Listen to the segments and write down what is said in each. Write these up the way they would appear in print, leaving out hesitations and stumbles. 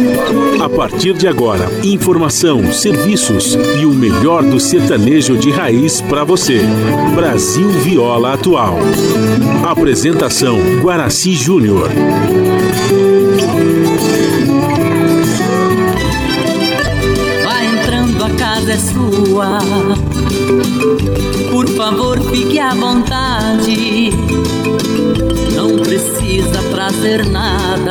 A partir de agora, informação, serviços e o melhor do sertanejo de raiz para você. Brasil Viola Atual. Apresentação: Guaraci Júnior. Vai entrando, a casa é sua. Por favor, fique à vontade. Não precisa trazer nada.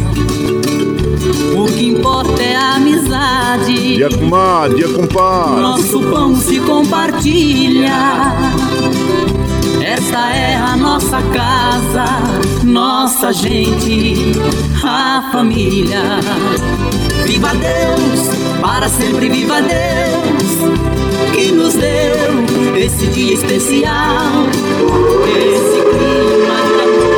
O que importa é a amizade. Dia comadre, dia compadre. Nosso pão se compartilha. Esta é a nossa casa, nossa gente, a família. Viva Deus, para sempre viva Deus, que nos deu esse dia especial, esse clima de amor.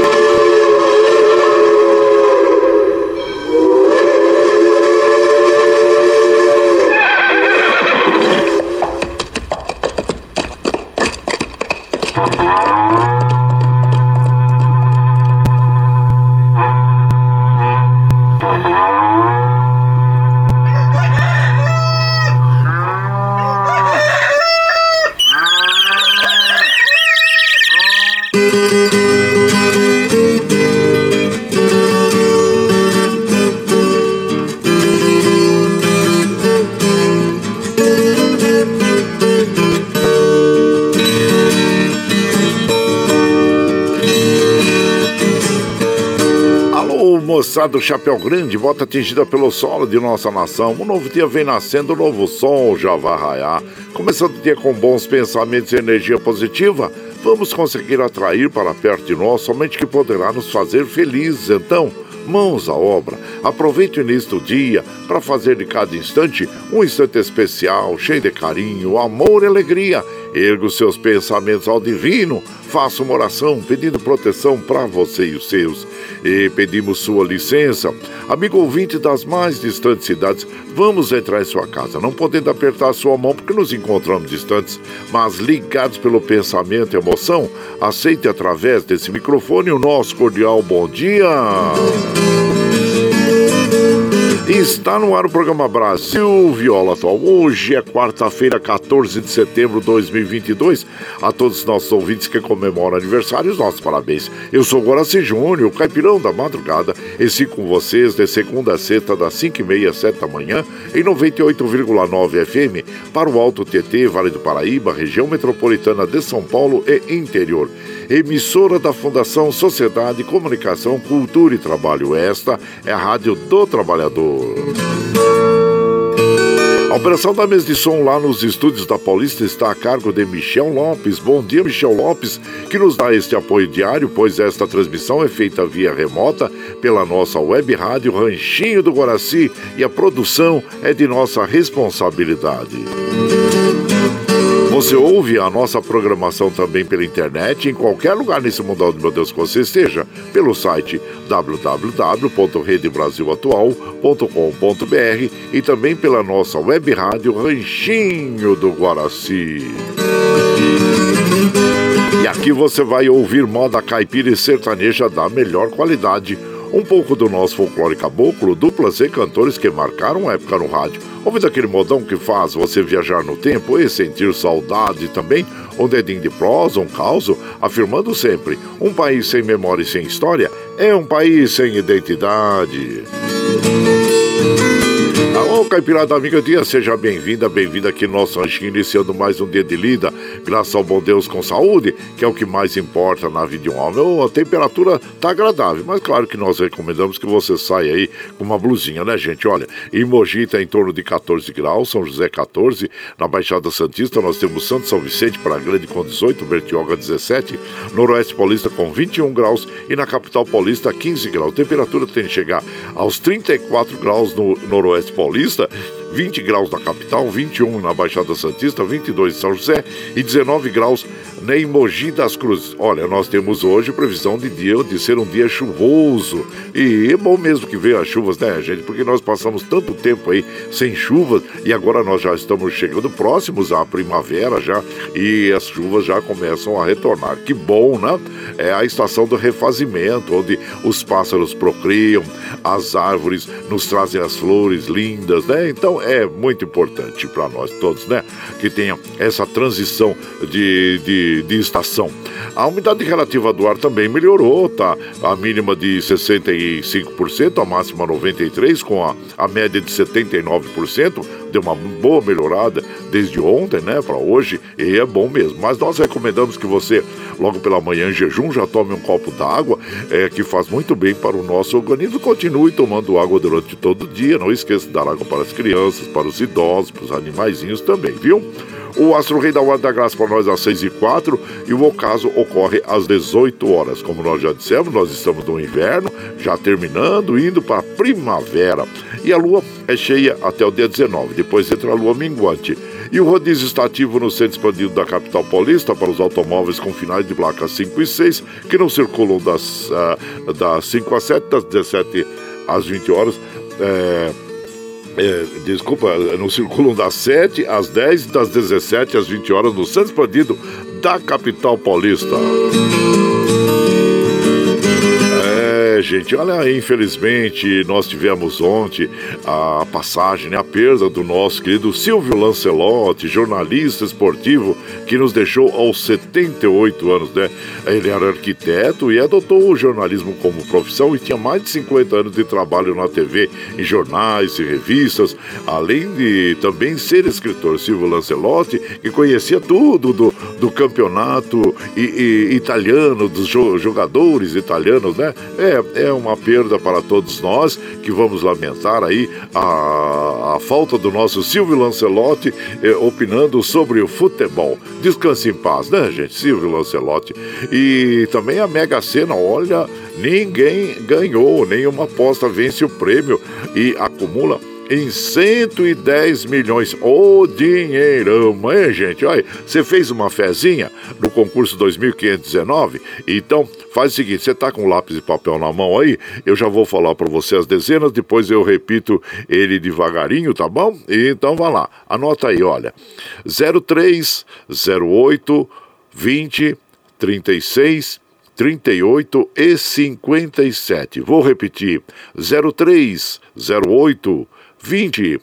Do Chapéu Grande, volta atingida pelo solo de nossa nação. Um novo dia vem nascendo, um novo sol já vai raiar. Começando o dia com bons pensamentos e energia positiva, vamos conseguir atrair para perto de nós somente que poderá nos fazer felizes. Então, mãos à obra. Aproveite o início do dia para fazer de cada instante um instante especial, cheio de carinho, amor e alegria. Erga os seus pensamentos ao divino, faça uma oração pedindo proteção para você e os seus. E pedimos sua licença, amigo ouvinte das mais distantes cidades, vamos entrar em sua casa, não podendo apertar sua mão porque nos encontramos distantes, mas ligados pelo pensamento e emoção, aceite através desse microfone o nosso cordial bom dia. Está no ar o programa Brasil Viola Atual. Hoje é quarta-feira, 14 de setembro de 2022. A todos os nossos ouvintes que comemoram aniversários, nossos parabéns. Eu sou Guaraci Júnior, o caipirão da madrugada, e sigo com vocês de segunda a sexta, das 5h30 às 7 da manhã, em 98,9 FM, para o Alto TT, Vale do Paraíba, região metropolitana de São Paulo e interior. Emissora da Fundação Sociedade, Comunicação, Cultura e Trabalho. Esta é a Rádio do Trabalhador. A operação da mesa de som lá nos estúdios da Paulista está a cargo de Michel Lopes. Bom dia, Michel Lopes, que nos dá este apoio diário, pois esta transmissão é feita via remota pela nossa web rádio Ranchinho do Guaraci e a produção é de nossa responsabilidade. Você ouve a nossa programação também pela internet, em qualquer lugar nesse mundão de meu Deus que você esteja, pelo site www.redebrasilatual.com.br e também pela nossa web rádio Ranchinho do Guaraci. E aqui você vai ouvir moda caipira e sertaneja da melhor qualidade, um pouco do nosso folclore caboclo, duplas e cantores que marcaram época no rádio. Ouvindo aquele modão que faz você viajar no tempo e sentir saudade também, um dedinho de prosa, um causo, afirmando sempre, um país sem memória e sem história é um país sem identidade. Alô, caipirada amiga dia, seja bem-vinda, bem-vinda aqui no nosso ranchinho, iniciando mais um dia de lida, graças ao bom Deus com saúde, que é o que mais importa na vida de um homem. A temperatura tá agradável, mas claro que nós recomendamos que você saia aí com uma blusinha, né, gente? Olha, em Mogi tá em torno de 14 graus, São José 14, na Baixada Santista nós temos Santo São Vicente, Praia Grande com 18, Bertioga 17, Noroeste Paulista com 21 graus e na capital paulista 15 graus. A temperatura tem que chegar aos 34 graus no Noroeste Paulista, 20 graus na capital, 21 na Baixada Santista, 22 em São José e 19 graus em Mogi das Cruzes. Olha, nós temos hoje previsão de ser um dia chuvoso. E é bom mesmo que venham as chuvas, né, gente? Porque nós passamos tanto tempo aí sem chuvas e agora nós já estamos chegando próximos à primavera já e as chuvas já começam a retornar. Que bom, né? É a estação do refazimento, onde os pássaros procriam, as árvores nos trazem as flores lindas, né? Então é muito importante para nós todos, né? Que tenha essa transição de estação. A umidade relativa do ar também melhorou, tá? A mínima de 65%, a máxima 93%, com a média de 79%. Deu uma boa melhorada desde ontem, né, para hoje, e é bom mesmo. Mas nós recomendamos que você, logo pela manhã em jejum, já tome um copo d'água, que faz muito bem para o nosso organismo. Continue tomando água durante todo o dia. Não esqueça de dar água para as crianças, para os idosos, para os animaizinhos também, viu? O Astro Rei da Hora da Graça para nós às 6h04 e o ocaso ocorre às 18 horas. Como nós já dissemos, nós estamos no inverno, já terminando, indo para a primavera. E a lua é cheia até o dia 19, depois entra a lua minguante. E o rodízio está ativo no centro expandido da capital paulista para os automóveis com finais de placa 5 e 6, que não circulam das 5 às 7, das 17 às 20 horas. Não circulam das 7 às 10 e das 17 às 20 horas no centro expandido da capital paulista. Gente, olha, infelizmente nós tivemos ontem a passagem, né, a perda do nosso querido Silvio Lancelotti, jornalista esportivo, que nos deixou aos 78 anos, né? Ele era arquiteto e adotou o jornalismo como profissão e tinha mais de 50 anos de trabalho na TV, em jornais e revistas, além de também ser escritor. Silvio Lancelotti, que conhecia tudo do campeonato italiano, dos jogadores italianos, né? É uma perda para todos nós, que vamos lamentar aí a falta do nosso Silvio Lancelotti opinando sobre o futebol. Descanse em paz, né, gente? Silvio Lancelotti. E também a Mega Sena, olha, ninguém ganhou, nenhuma aposta vence o prêmio e acumula em 110 milhões. Ô dinheirão, hein, gente? Olha, você fez uma fezinha no concurso 2519? Então, faz o seguinte, você tá com lápis e papel na mão aí? Eu já vou falar para você as dezenas, depois eu repito ele devagarinho, tá bom? Então, vai lá. Anota aí, olha. 03, 08, 20, 36, 38 e 57. Vou repetir. 03, 08, 20,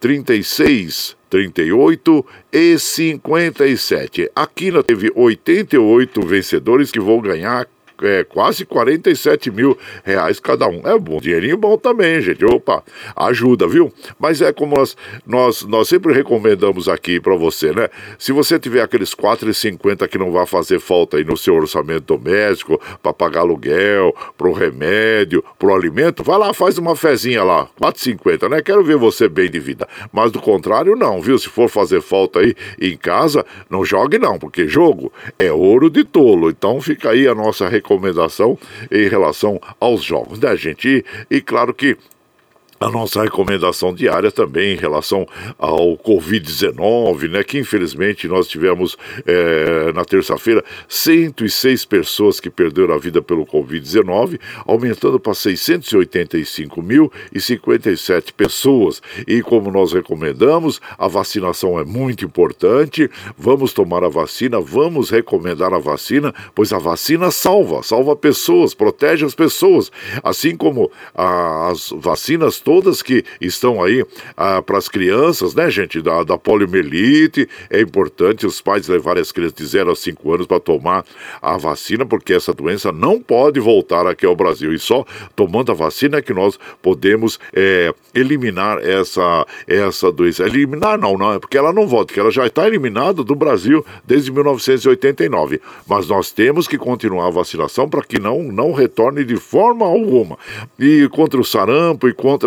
36, 38 e 57. Aqui nós teve 88 vencedores que vão ganhar quase 47 mil reais cada um. É bom, dinheirinho bom também, gente. Opa, ajuda, viu? Mas é como nós sempre recomendamos aqui pra você, né? Se você tiver aqueles 4,50 que não vai fazer falta aí no seu orçamento doméstico, pra pagar aluguel, pro remédio, pro alimento, vai lá, faz uma fezinha lá, 4,50, né? Quero ver você bem de vida. Mas do contrário, não, viu? Se for fazer falta aí em casa, não jogue não, porque jogo é ouro de tolo. Então fica aí a nossa recomendação em relação aos jogos, né, gente? E claro que a nossa recomendação diária também em relação ao Covid-19, né, que infelizmente nós tivemos na terça-feira 106 pessoas que perderam a vida pelo Covid-19, aumentando para 685.057 pessoas. E como nós recomendamos, a vacinação é muito importante, vamos tomar a vacina, vamos recomendar a vacina, pois a vacina salva pessoas, protege as pessoas, assim como as vacinas todas que estão aí para as crianças, né, gente, da poliomielite. É importante os pais levarem as crianças de 0 a 5 anos para tomar a vacina, porque essa doença não pode voltar aqui ao Brasil. E só tomando a vacina é que nós podemos eliminar essa doença. Eliminar não, é porque ela não volta, porque ela já está eliminada do Brasil desde 1989. Mas nós temos que continuar a vacinação para que não retorne de forma alguma. E contra o sarampo e contra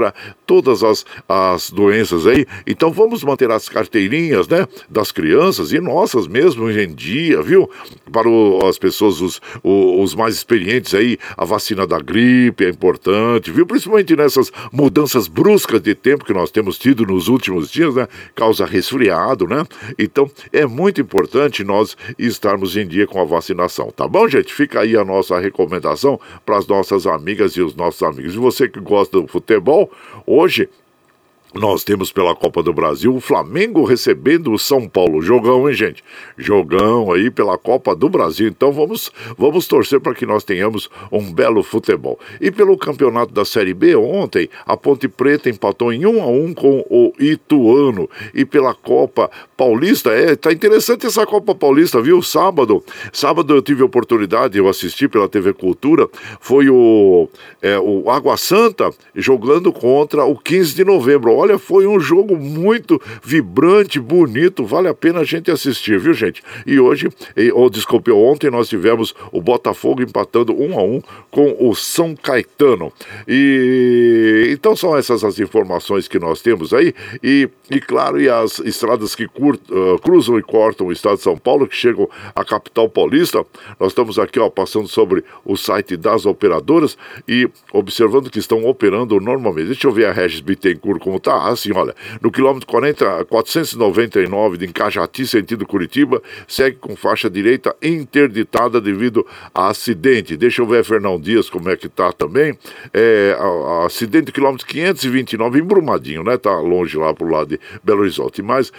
contra todas as doenças aí. Então vamos manter as carteirinhas, né, das crianças e nossas mesmo hoje em dia, viu? Para as pessoas, os mais experientes aí, a vacina da gripe é importante, viu? Principalmente nessas mudanças bruscas de tempo que nós temos tido nos últimos dias, né? Causa resfriado, né? Então é muito importante nós estarmos em dia com a vacinação, tá bom, gente? Fica aí a nossa recomendação para as nossas amigas e os nossos amigos. E você que gosta do futebol, hoje nós temos pela Copa do Brasil o Flamengo recebendo o São Paulo. Jogão, hein, gente? Jogão aí pela Copa do Brasil. Então vamos torcer para que nós tenhamos um belo futebol. E pelo campeonato da Série B, ontem a Ponte Preta empatou em 1-1 com o Ituano. E pela Copa Paulista, tá interessante essa Copa Paulista, viu? Sábado eu tive a oportunidade, eu assisti pela TV Cultura, foi o Água Santa jogando contra o 15 de novembro. Olha, foi um jogo muito vibrante, bonito, vale a pena a gente assistir, viu, gente? E ontem nós tivemos o Botafogo empatando 1-1 com o São Caetano. E então são essas as informações que nós temos aí. E claro, e as estradas que cruzam e cortam o estado de São Paulo, que chegam à capital paulista. Nós estamos aqui, passando sobre o site das operadoras e observando que estão operando normalmente. Deixa eu ver a Regis Bittencourt como está. Assim, olha, no quilômetro 499 de Cajati, sentido Curitiba, segue com faixa direita interditada devido a acidente. Deixa eu ver, Fernão Dias, como é que tá também. Acidente quilômetro 529 em Brumadinho, né? Tá longe lá pro lado de Belo Horizonte. Mas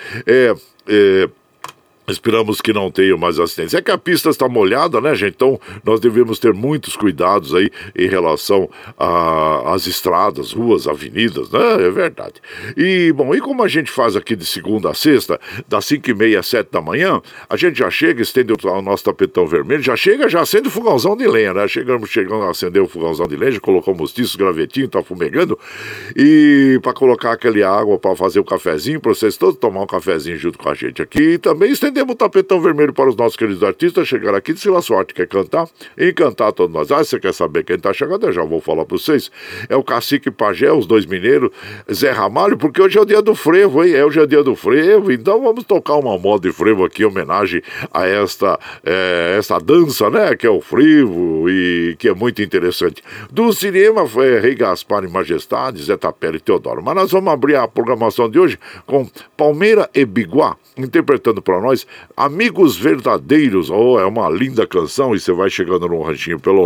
esperamos que não tenha mais acidentes. É que a pista está molhada, né, gente? Então, nós devemos ter muitos cuidados aí em relação às estradas, ruas, avenidas, né? É verdade. E, bom, e como a gente faz aqui de segunda a sexta, das 5h30 às 7 da manhã, a gente já chega, estende o nosso tapetão vermelho, já acende o fogãozão de lenha, né? Chegando a acender o fogãozão de lenha, já colocamos tiços, gravetinho, tá fumegando, e para colocar aquele água para fazer o cafezinho, para vocês todos tomar um cafezinho junto com a gente aqui, e também estender o tapetão vermelho para os nossos queridos artistas chegar aqui, se a sorte quer cantar, encantar todos nós. Você quer saber quem está chegando? Eu já vou falar para vocês. É o Cacique Pajé, os dois mineiros, Zé Ramalho, porque hoje é o dia do frevo, hein? Hoje é o dia do frevo, então vamos tocar uma moda de frevo aqui, em homenagem a esta dança, né? Que é o frevo e que é muito interessante. Do cinema foi Rei Gaspar e Majestade, Zé Tapera e Teodoro. Mas nós vamos abrir a programação de hoje com Palmeira e Biguá, interpretando para nós Amigos Verdadeiros. É uma linda canção. E você vai chegando no ranchinho pelo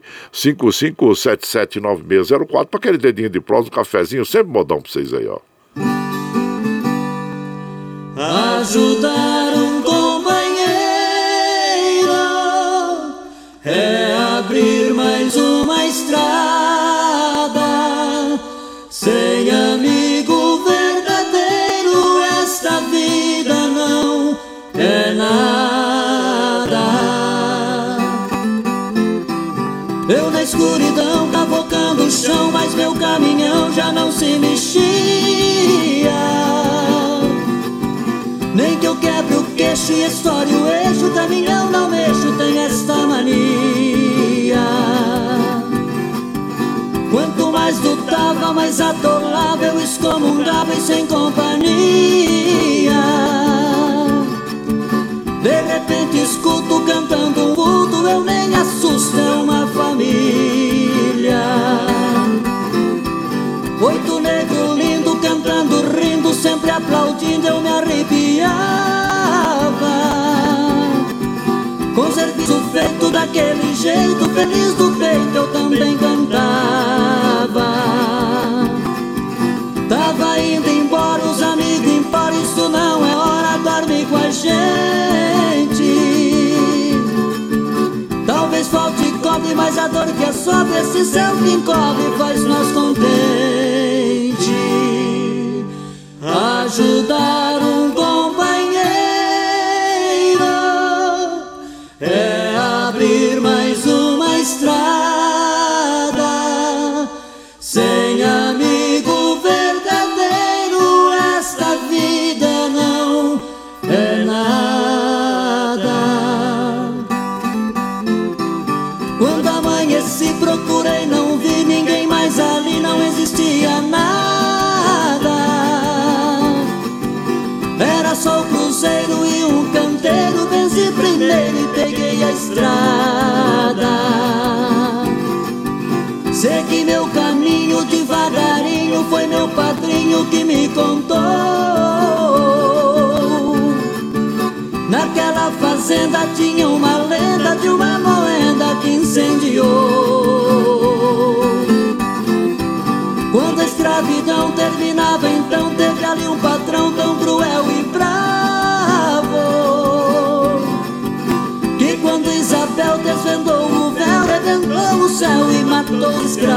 955779604 para aquele dedinho de prosa, um cafezinho, sempre modão para vocês aí, Ajudar um companheiro é abrir mais uma estrada. Sem amigo verdadeiro esta vida não é nada. Eu na escuridão cavocando o chão, mas meu caminhão já não se mexia. Nem que eu quebre o queixo e estoure o eixo, o caminhão não mexo, tem esta mania. Quanto mais lutava, mais atolava, eu excomungava e sem companhia. De repente escuto cantando um vulto, eu nem assusto, é uma família. 8 negros lindos cantando, rindo, sempre aplaudindo, eu me arrepiava. Com serviço feito daquele jeito, feliz do peito, eu também cantava. Tava indo embora, os amigos embora, isso não é hora, dorme com a gente. Talvez falte cobre, mas a dor que assobe, esse céu que encobre faz nós contente. Ajudar um companheiro é abrir mais uma estrada. Sem amigo verdadeiro esta vida não é nada. Quando amanheci procurei, não vi ninguém mais ali, não existia nada. começou o cruzeiro e um canteiro, venci primeiro e peguei a estrada. Segui meu caminho devagarinho, foi meu padrinho que me contou. Naquela fazenda tinha uma lenda de uma moenda que incendiou. Quando a escravidão terminava, então teve ali um patrão tão cruel e bravo, que quando Isabel desvendou o véu, rebentou o céu e matou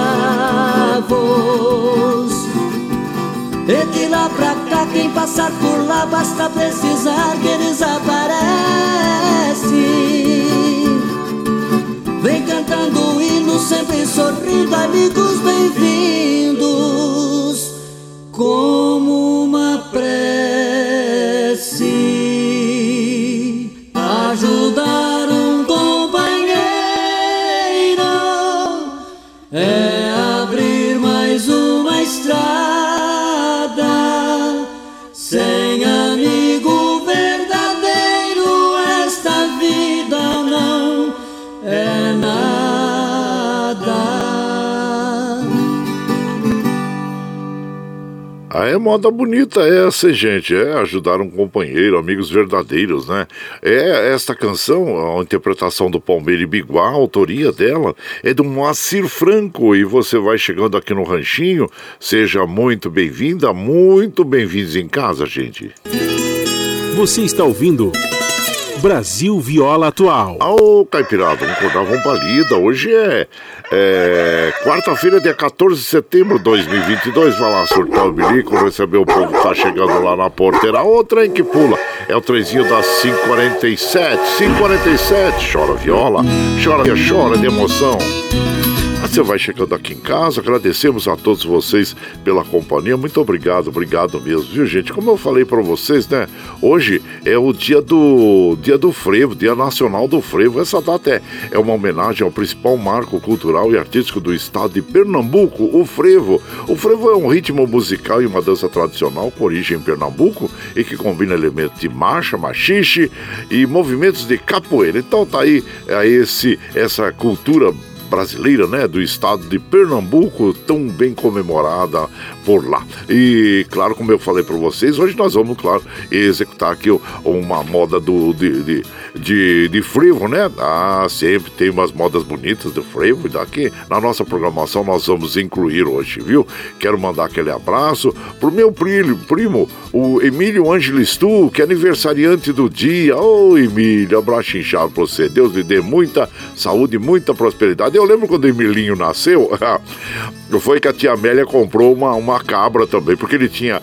escravos. E de lá pra cá, quem passar por lá, basta precisar que eles aparecem. Vem cantando hino, sempre sorrindo, amigos bem-vindos, como uma prece. Ajudar um companheiro é abrir mais uma estrada. Sem amigo verdadeiro, esta vida não é nada. É moda bonita essa, gente. É ajudar um companheiro, amigos verdadeiros, né? Esta canção, a interpretação do Palmeira e Biguá, a autoria dela é do Moacir Franco. E você vai chegando aqui no Ranchinho, seja muito bem-vinda, muito bem-vindos em casa, gente. Você está ouvindo Brasil Viola Atual. Ô, Caipirada, vamos acordar, vamos pra lida. Hoje é quarta-feira, dia 14 de setembro de 2022. Vai lá surtar o bilico, receber o povo que tá chegando lá na porteira. O trem que pula é o trenzinho das 5h47. 5h47, chora viola, chora de emoção. Você vai chegando aqui em casa, agradecemos a todos vocês pela companhia, muito obrigado mesmo, viu, gente? Como eu falei para vocês, né, hoje é o dia do frevo, Dia Nacional do Frevo. Essa data é uma homenagem ao principal marco cultural e artístico do estado de Pernambuco, o frevo. O frevo é um ritmo musical e uma dança tradicional com origem em Pernambuco e que combina elementos de marcha, machixe e movimentos de capoeira. Então tá aí essa cultura brasileira, né, do estado de Pernambuco, tão bem comemorada por lá. E, claro, como eu falei para vocês, hoje nós vamos, claro, executar aqui uma moda de frevo, né? Sempre tem umas modas bonitas do frevo, e daqui na nossa programação nós vamos incluir hoje, viu? Quero mandar aquele abraço pro meu primo, o Emílio Ângeles Tu, que é aniversariante do dia. Ô, Emílio, abraço inchado pra você. Deus lhe dê muita saúde, muita prosperidade. Eu lembro quando o Emilinho nasceu, foi que a tia Amélia comprou uma cabra também, porque ele tinha,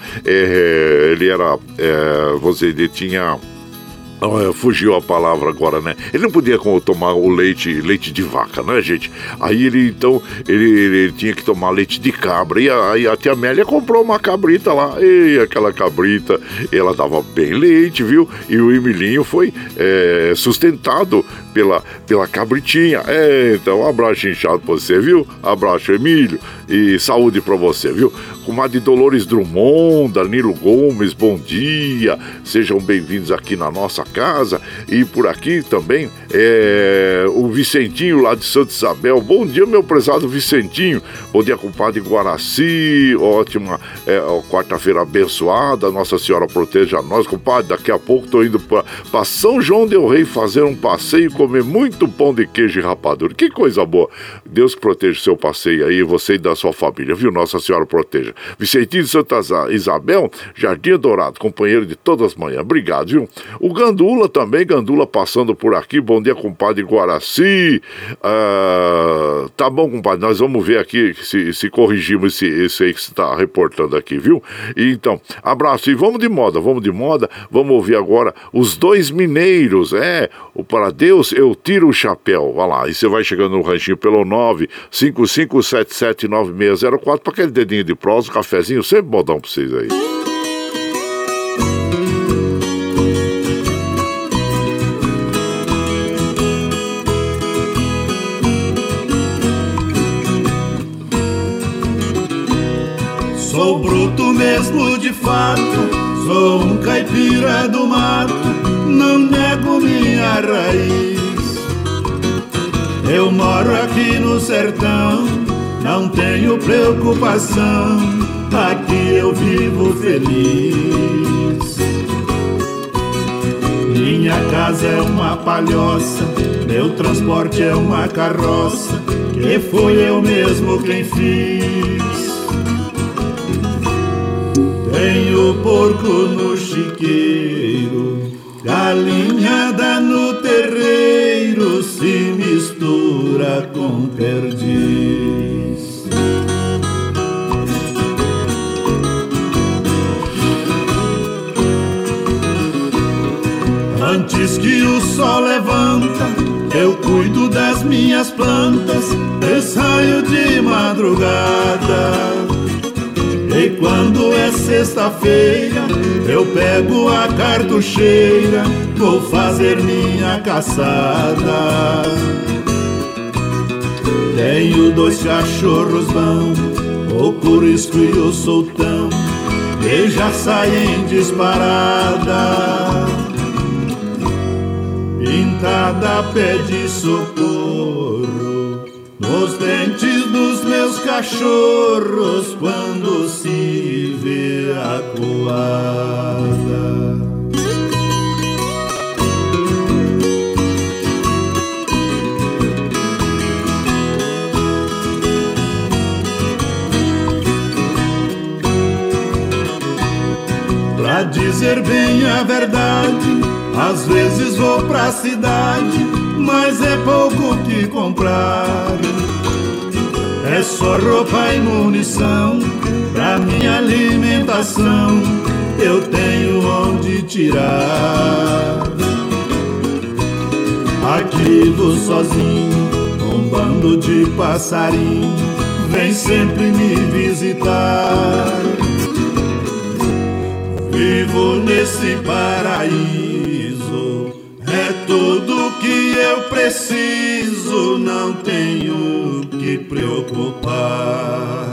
ele tinha... fugiu a palavra agora, né? Ele não podia tomar o leite de vaca, né, gente? Aí ele tinha que tomar leite de cabra. E aí a tia Amélia comprou uma cabrita lá. E aquela cabrita, ela dava bem leite, viu? E o Emilinho foi sustentado pela cabritinha. Então, um abraço inchado pra você, viu? Abraço, Emílio. E saúde pra você, viu? Comadre Dolores Drummond, Danilo Gomes, bom dia. Sejam bem-vindos aqui na nossa casa. E por aqui também o Vicentinho lá de Santa Isabel. Bom dia, meu prezado Vicentinho. Bom dia, compadre Guaraci. Ótima quarta-feira abençoada. Nossa Senhora proteja nós, compadre. Daqui a pouco tô indo pra São João del Rei fazer um passeio, comer muito pão de queijo e rapadura. Que coisa boa. Deus que proteja o seu passeio aí, você e da sua família, viu? Nossa Senhora proteja. Vicentinho de Santa Isabel, Jardim Dourado, companheiro de todas as manhãs. Obrigado, viu? O Gandula também, Gandula passando por aqui. Bom dia, compadre Guaraci. Tá bom, compadre, nós vamos ver aqui se corrigimos esse aí que você tá reportando aqui, viu? E então, abraço. E vamos de moda. Vamos ouvir agora os Dois Mineiros. O Para Deus eu tiro o chapéu. Vai lá, e você vai chegando no ranchinho pelo 955779604 para aquele dedinho de prosa, um cafezinho, sempre modão pra vocês aí. Sou bruto mesmo de fato, Sou um caipira do mato, não nego minha raiz. Eu moro aqui no sertão, não tenho preocupação, aqui eu vivo feliz. Minha casa é uma palhoça, meu transporte é uma carroça, que foi eu mesmo quem fiz. Tenho porco no chiqueiro, galinhada no terreiro, se mistura com perdiz. Antes que o sol levanta, eu cuido das minhas plantas, eu saio de madrugada. E quando é sexta-feira, eu pego a cartucheira, vou fazer minha caçada. Tenho 2 cachorros bons, o Curisco e o Sultão, que já saem disparada. Pintada pede socorro nos dentes dos meus cachorros quando se vê acuada. Pra dizer bem a verdade, às vezes vou pra cidade, mas é pouco que comprar. É só roupa e munição, pra minha alimentação eu tenho onde tirar. Aqui vivo sozinho, um bando de passarinho vem sempre me visitar. Vivo nesse paraíso, é tudo que eu preciso, não tenho que preocupar.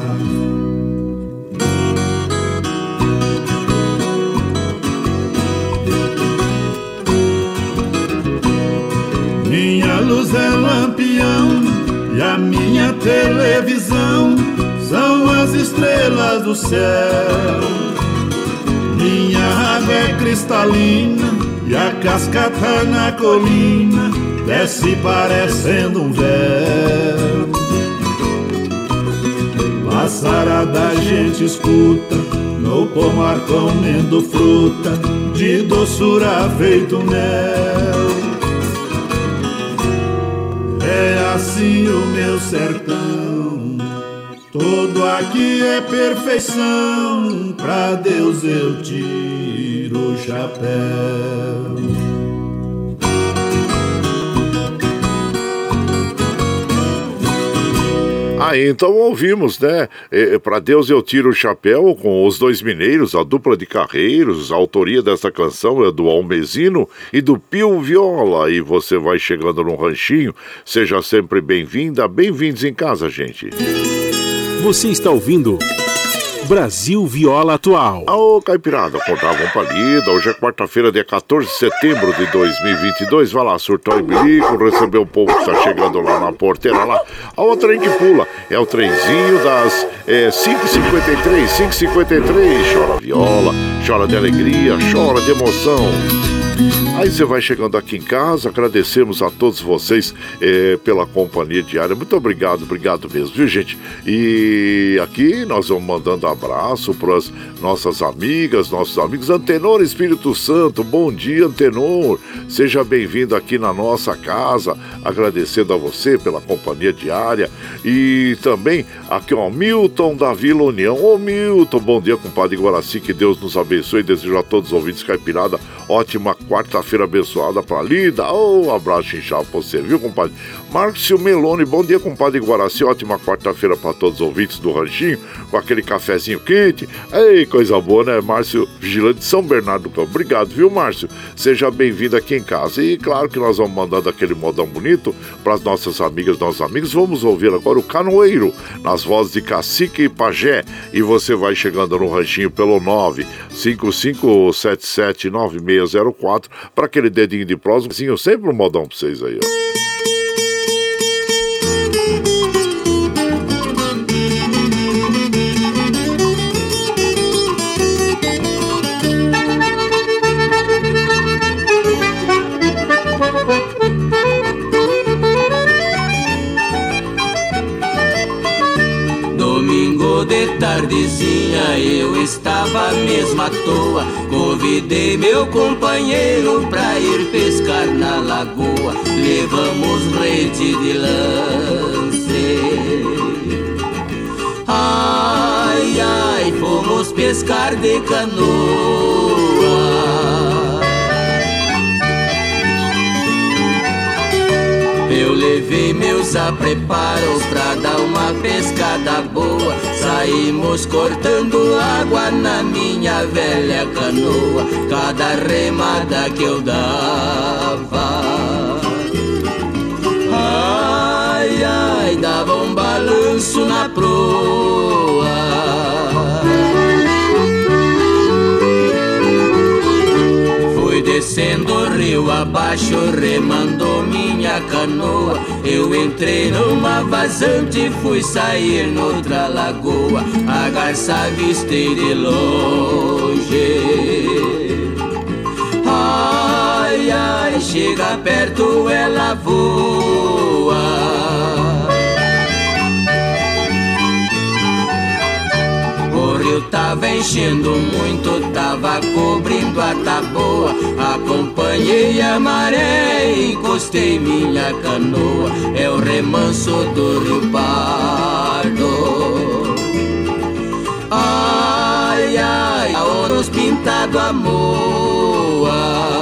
Minha luz é lampião e a minha televisão são as estrelas do céu. Minha água é cristalina e a cascata na colina desce parecendo um véu. Passarada a gente escuta no pomar comendo fruta de doçura feito mel. É assim o meu sertão, tudo aqui é perfeição, pra Deus eu tiro o chapéu. Aí então ouvimos, né? Pra Deus eu tiro o chapéu, com os Dois Mineiros, a dupla de carreiros. A autoria dessa canção é do Almezino e do Pio Viola. E você vai chegando no ranchinho, seja sempre bem-vinda, bem-vindos em casa, gente. Você está ouvindo Brasil Viola Atual. Ô, Caipirada, contavam palida. Hoje é quarta-feira, dia 14 de setembro de 2022. Vai lá, surtou e bilico, receber o povo que está chegando lá na porteira lá. A outra trem que pula é o trenzinho das 5h53, 5h53. Chora viola, chora de alegria, chora de emoção. Aí você vai chegando aqui em casa, agradecemos a todos vocês pela companhia diária. Muito obrigado, obrigado mesmo, viu, gente? E aqui nós vamos mandando abraço para as nossas amigas, nossos amigos. Antenor Espírito Santo, bom dia, Antenor. Seja bem-vindo aqui na nossa casa, agradecendo a você pela companhia diária. E também aqui, ó, Milton da Vila União. Ô, Milton, bom dia, compadre Guaraci, que Deus nos abençoe. Desejo a todos os ouvintes Caipirada ótima quarta-feira abençoada pra lida. Um abraço inchado pra você, viu, compadre? Márcio Meloni, bom dia, compadre Guaraci. Ótima quarta-feira pra todos os ouvintes do Ranchinho, com aquele cafezinho quente. Ei, coisa boa, né? Márcio, vigilante de São Bernardo do Campo. Obrigado, viu, Márcio? Seja bem-vindo aqui em casa. E claro que nós vamos mandando aquele modão bonito pras nossas amigas, nossos amigos. Vamos ouvir agora o Canoeiro, nas vozes de Cacique e Pajé. E você vai chegando no Ranchinho pelo 955779604 para aquele dedinho de prosa. Sempre um modão pra vocês aí, ó. De tardezinha eu estava mesmo à toa, convidei meu companheiro pra ir pescar na lagoa. Levamos rede de lance, ai, ai, fomos pescar de canoa. Eu levei meus apreparos pra dar uma pescada boa. Saímos cortando água na minha velha canoa. Cada remada que eu dava, ai, ai, dava um balanço na proa. Descendo rio abaixo, remando minha canoa. Eu entrei numa vazante, fui sair noutra lagoa. A garça avistei de longe, ai, ai, chega perto, ela voa. O rio tava enchendo muito, tava cobrindo a taboa. Acompanhei a maré e encostei minha canoa. É o remanso do Rio Pardo, ai, ai, a ouros pintado a moa.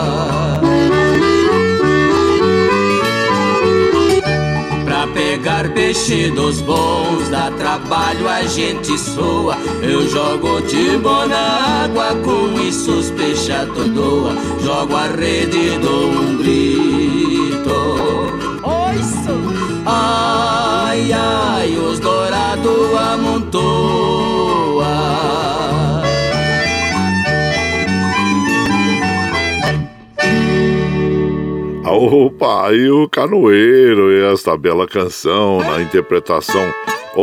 Pra pegar peixe dos bons, dá trabalho, a gente soa. Eu jogo timbo na água, com isso os peixes atordoa. Jogo a rede, dou um grito, ai, ai, os dourados amontoa. Opa, aí o Canoeiro e esta bela canção na interpretação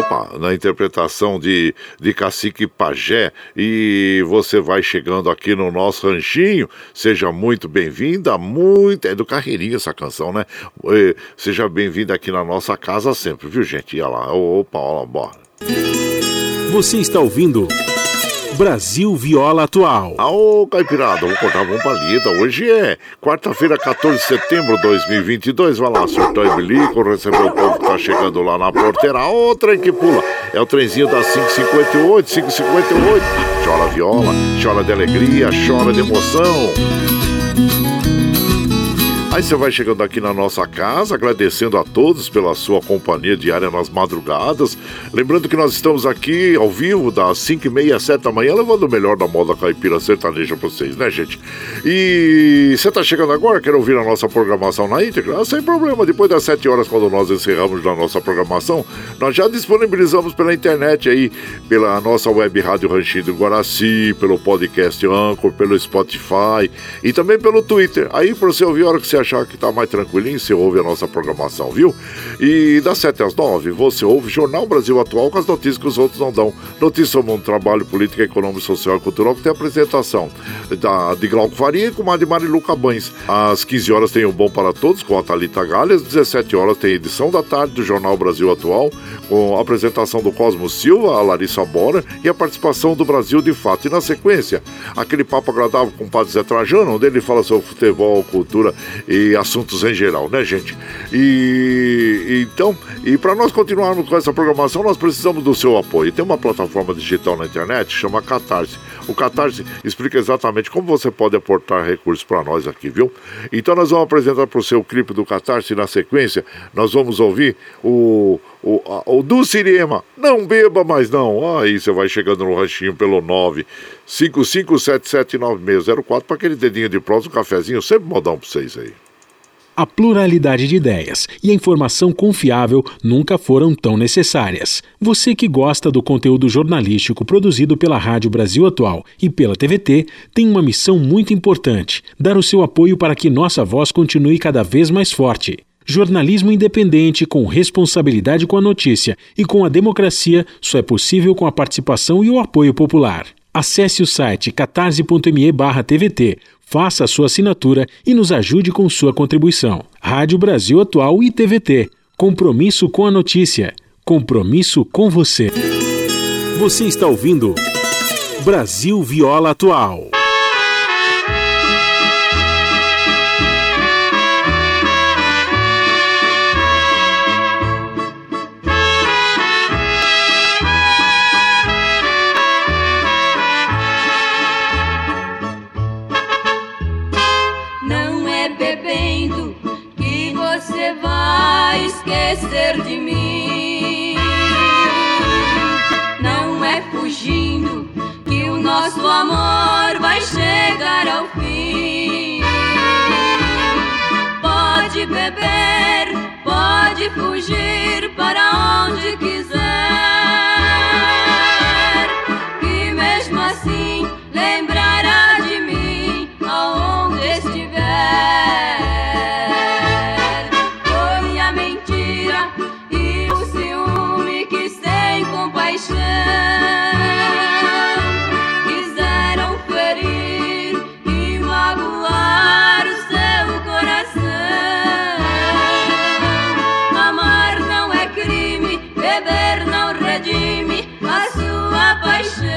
de Cacique Pajé. E você vai chegando aqui no nosso ranchinho, seja muito bem-vinda, é do Carreirinho essa canção, né? Seja bem-vinda aqui na nossa casa sempre, viu, gente? Ia lá, opa, olha lá, bora. Você está ouvindo Brasil Viola Atual. Ô, Caipirada, vamos cortar uma palhita. Hoje é quarta-feira, 14 de setembro de 2022. Vai lá, surtou e bilico, recebeu o povo que tá chegando lá na porteira. Ô, trem que pula. É o trenzinho das 5h58, 5h58. Chora viola, chora de alegria, chora de emoção. Aí você vai chegando aqui na nossa casa, agradecendo a todos pela sua companhia diária nas madrugadas. Lembrando que nós estamos aqui ao vivo das 5h30 às 7 da manhã, levando o melhor da moda caipira sertaneja pra vocês, né, gente? E você tá chegando agora, quer ouvir a nossa programação na íntegra? Sem problema, depois das 7 horas, quando nós encerramos a nossa programação, nós já disponibilizamos pela internet aí, pela nossa web rádio Ranchinho do Guaraci, pelo podcast Anchor, pelo Spotify e também pelo Twitter. Aí pra você ouvir a hora que você achar que tá mais tranquilinho, você ouve a nossa programação, viu? E das 7 às 9, você ouve Jornal Brasil Atual com as notícias que os outros não dão. Notícias sobre um trabalho, política, econômico, social e cultural, que tem a apresentação de Glauco Faria e com a de Marilu Cabanes. Às 15 horas tem o Bom para Todos com a Thalita Galha. Às 17 horas tem a edição da tarde do Jornal Brasil Atual com a apresentação do Cosmo Silva, a Larissa Bora e a participação do Brasil de Fato. E na sequência, aquele papo agradável com o Padre Zé Trajano, onde ele fala sobre futebol, cultura e e assuntos em geral, né, gente? Então, para nós continuarmos com essa programação, nós precisamos do seu apoio. Tem uma plataforma digital na internet, chama Catarse. O Catarse explica exatamente como você pode aportar recursos para nós aqui, viu? Então nós vamos apresentar para o seu clipe do Catarse e na sequência nós vamos ouvir o do Siriema, Não Beba Mais Não. Aí você vai chegando no ranchinho pelo 955779604 para aquele dedinho de prosa, um cafezinho, sempre modão para vocês aí. A pluralidade de ideias e a informação confiável nunca foram tão necessárias. Você que gosta do conteúdo jornalístico produzido pela Rádio Brasil Atual e pela TVT tem uma missão muito importante: dar o seu apoio para que nossa voz continue cada vez mais forte. Jornalismo independente, com responsabilidade com a notícia e com a democracia, só é possível com a participação e o apoio popular. Acesse o site catarse.me/TVT, faça a sua assinatura e nos ajude com sua contribuição. Rádio Brasil Atual e TVT. Compromisso com a notícia. Compromisso com você. Você está ouvindo Brasil Viola Atual. Você vai esquecer de mim. Não é fugindo que o nosso amor vai chegar ao fim. Pode beber, pode fugir para onde quiser, que mesmo assim lembrará de mim aonde estiver. Quiseram ferir e magoar o seu coração. Amar não é crime, beber não redime a sua paixão.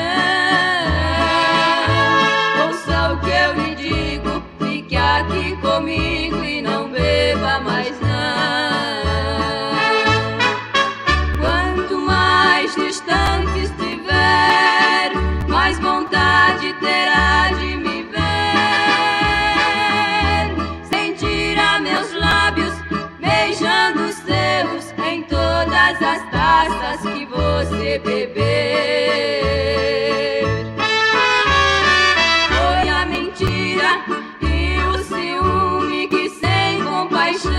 Ouça o que eu lhe digo, fique aqui comigo e não beba mais não. Quanto mais distante estiver, mais vontade terá de me ver. Sentirá meus lábios beijando os seus em todas as taças que você beber. Foi a mentira e o ciúme que sem compaixão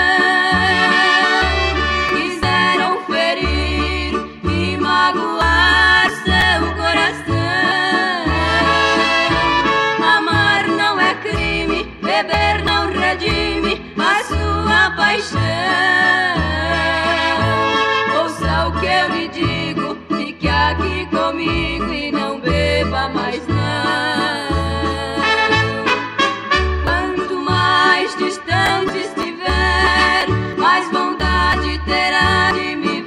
quiseram ferir e magoar seu coração. Amar não é crime, beber não redime a sua paixão. Ouça o que eu lhe digo, fique aqui comigo e não beba mais não. Quanto mais distante estiver, mais vontade terá de me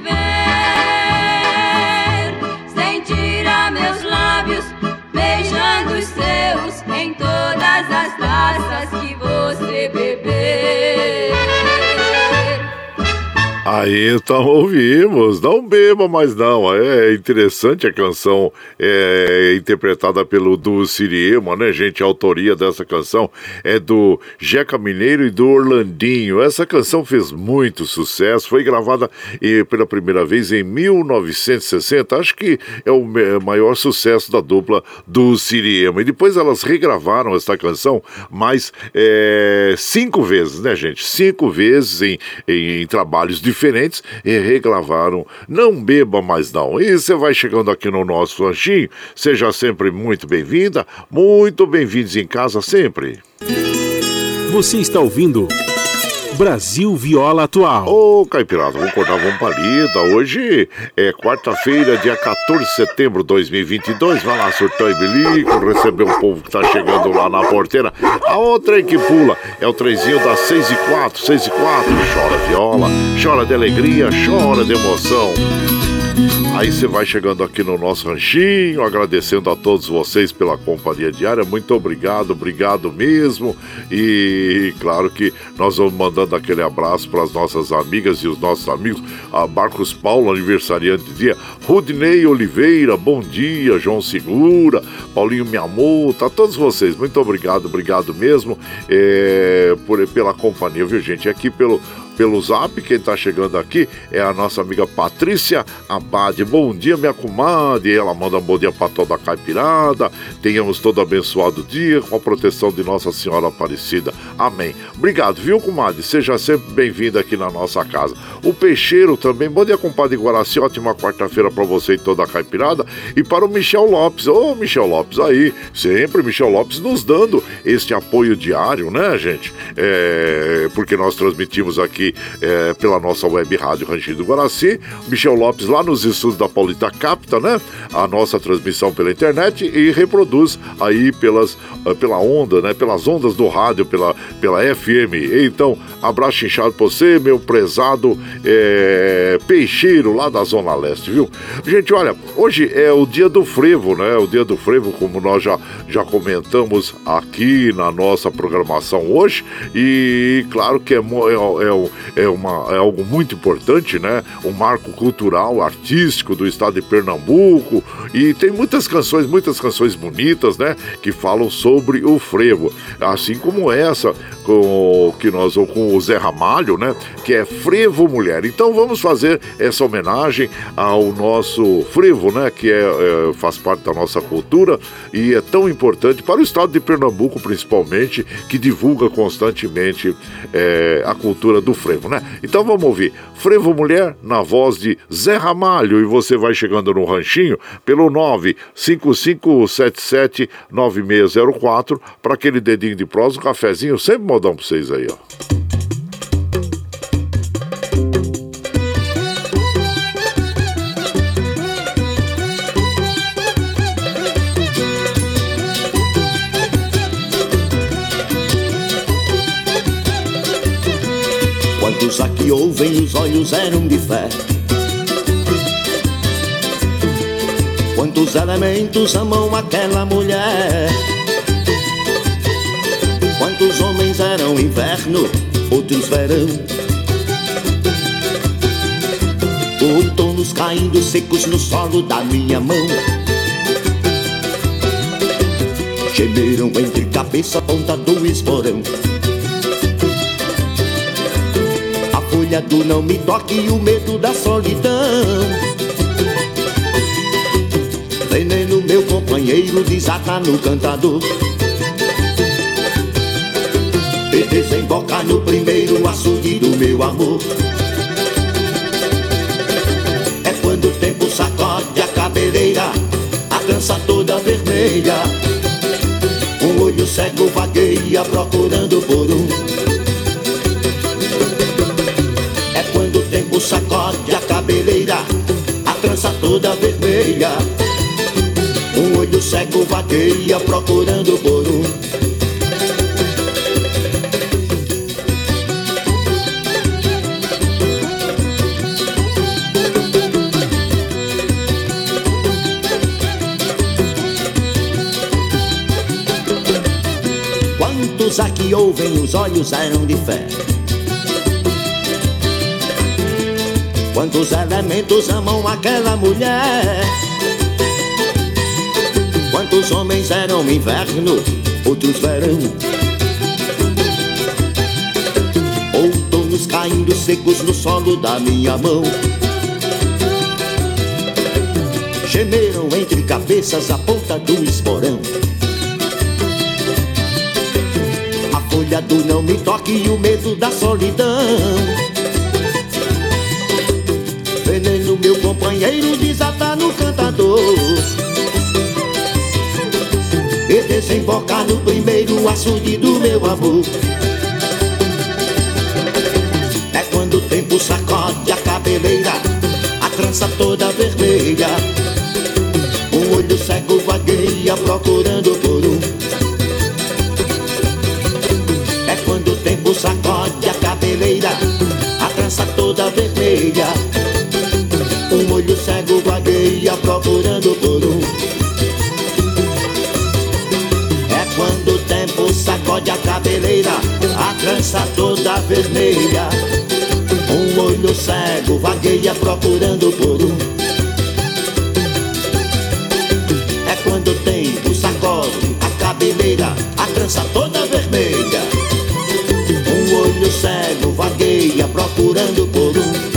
ver. Sentirá meus lábios beijando os seus em todas as taças que você beber. Aí então ouvimos, Não Beba Mais Não. É interessante a canção, interpretada pelo do Siriema, né, gente? A autoria dessa canção é do Jeca Mineiro e do Orlandinho. Essa canção fez muito sucesso, foi gravada pela primeira vez em 1960. Acho que é o maior sucesso da dupla do Siriema. E depois elas regravaram essa canção mais 5 vezes, né, gente? 5 vezes em trabalhos diferentes e regravaram Não Beba Mais Não. E você vai chegando aqui no nosso ranchinho, seja sempre muito bem-vinda, muito bem-vindos em casa sempre. Você está ouvindo Brasil Viola Atual. Ô, Caipirada, vamos cortar uma palida. Hoje é quarta-feira, dia 14 de setembro de 2022. Vai lá, surtão e bilico, receber o povo que tá chegando lá na porteira. A outra aí que pula é o trenzinho das 6h04, 6h04. Chora viola, chora de alegria, chora de emoção. Aí você vai chegando aqui no nosso ranchinho, agradecendo a todos vocês pela companhia diária. Muito obrigado, obrigado mesmo. E claro que nós vamos mandando aquele abraço para as nossas amigas e os nossos amigos. A Marcos Paulo, aniversariante do dia. Rudinei Oliveira, bom dia. João Segura, Paulinho Miyamoto, a todos vocês. Muito obrigado, obrigado mesmo pela companhia, viu, gente? Aqui pelo Zap, quem tá chegando aqui é a nossa amiga Patrícia Abade. Bom dia, minha comadre. Ela manda um bom dia para toda a caipirada. Tenhamos todo abençoado dia com a proteção de Nossa Senhora Aparecida. Amém. Obrigado, viu, comadre? Seja sempre bem-vinda aqui na nossa casa. O Peixeiro também. Bom dia, compadre Guaraci. Ótima quarta-feira para você e toda a caipirada. E para o Michel Lopes. Ô, Michel Lopes aí. Sempre Michel Lopes nos dando este apoio diário, né, gente? Porque nós transmitimos aqui pela nossa web rádio Ranchinho do Guaraci. Michel Lopes lá nos estúdios da Paulista capta, né, a nossa transmissão pela internet e reproduz aí pela onda, né, pelas ondas do rádio, pela FM. Então, abraço inchado pra você, meu prezado Peixeiro lá da Zona Leste, viu? Gente, olha, hoje é o dia do frevo, né? O dia do frevo, como nós já comentamos aqui na nossa programação hoje. E claro que é algo muito importante, né? Um marco cultural, artístico do estado de Pernambuco. E tem muitas canções bonitas, né? Que falam sobre o frevo. Assim como essa com o Zé Ramalho, né? Que é Frevo Mulher. Então vamos fazer essa homenagem ao nosso frevo, né? Que faz parte da nossa cultura e é tão importante para o estado de Pernambuco, principalmente, que divulga constantemente a cultura do frevo, né? Então vamos ouvir Frevo Mulher na voz de Zé Ramalho. E você vai chegando no ranchinho pelo 955779604 para aquele dedinho de prosa, um cafezinho, sempre modão pra vocês aí, ó. Quantos aqui ouvem, os olhos eram de fé. Quantos elementos amam aquela mulher. Quantos homens eram inverno, outros verão. Outonos caindo secos no solo da minha mão. Gemeram entre cabeça, ponta do esporão. A folha do não me toque e o medo da solidão. Veneno, meu companheiro, desata no cantador. E desemboca no primeiro açude do meu amor. É quando o tempo sacode a cabeleira, a trança toda vermelha. Um olho cego vagueia procurando por um. É quando o tempo sacode a cabeleira, a trança toda vermelha. Um olho cego vagueia procurando por um. Quantos aqui ouvem, os olhos eram de fé. Quantos elementos amam aquela mulher. Quantos homens eram inverno, outros verão. Outonos caindo secos no solo da minha mão. Gemeram entre cabeças a ponta do esporão. A folha do não me toque e o medo da solidão. Veneno, meu companheiro, desata no cantador. E desemboca no primeiro açude do meu amor. É quando o tempo sacode a cabeleira, a trança toda vermelha. Um olho cego vagueia procurando por um. É quando o tempo sacode a cabeleira, a trança toda vermelha. Um olho cego trança toda vermelha. Um olho cego vagueia procurando por um. É quando o tempo sacode a cabeleira, a trança toda vermelha. Um olho cego vagueia procurando por um.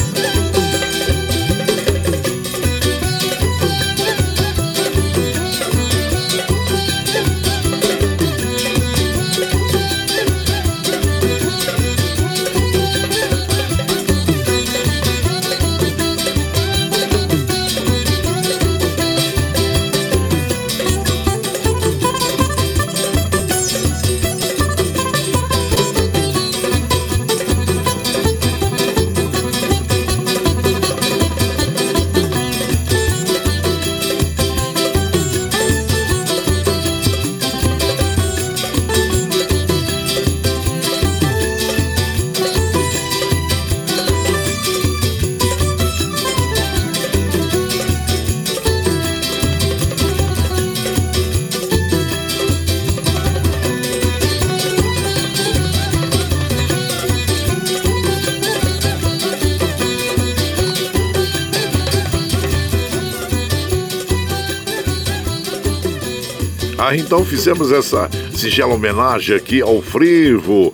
Então fizemos essa singela homenagem aqui ao frevo,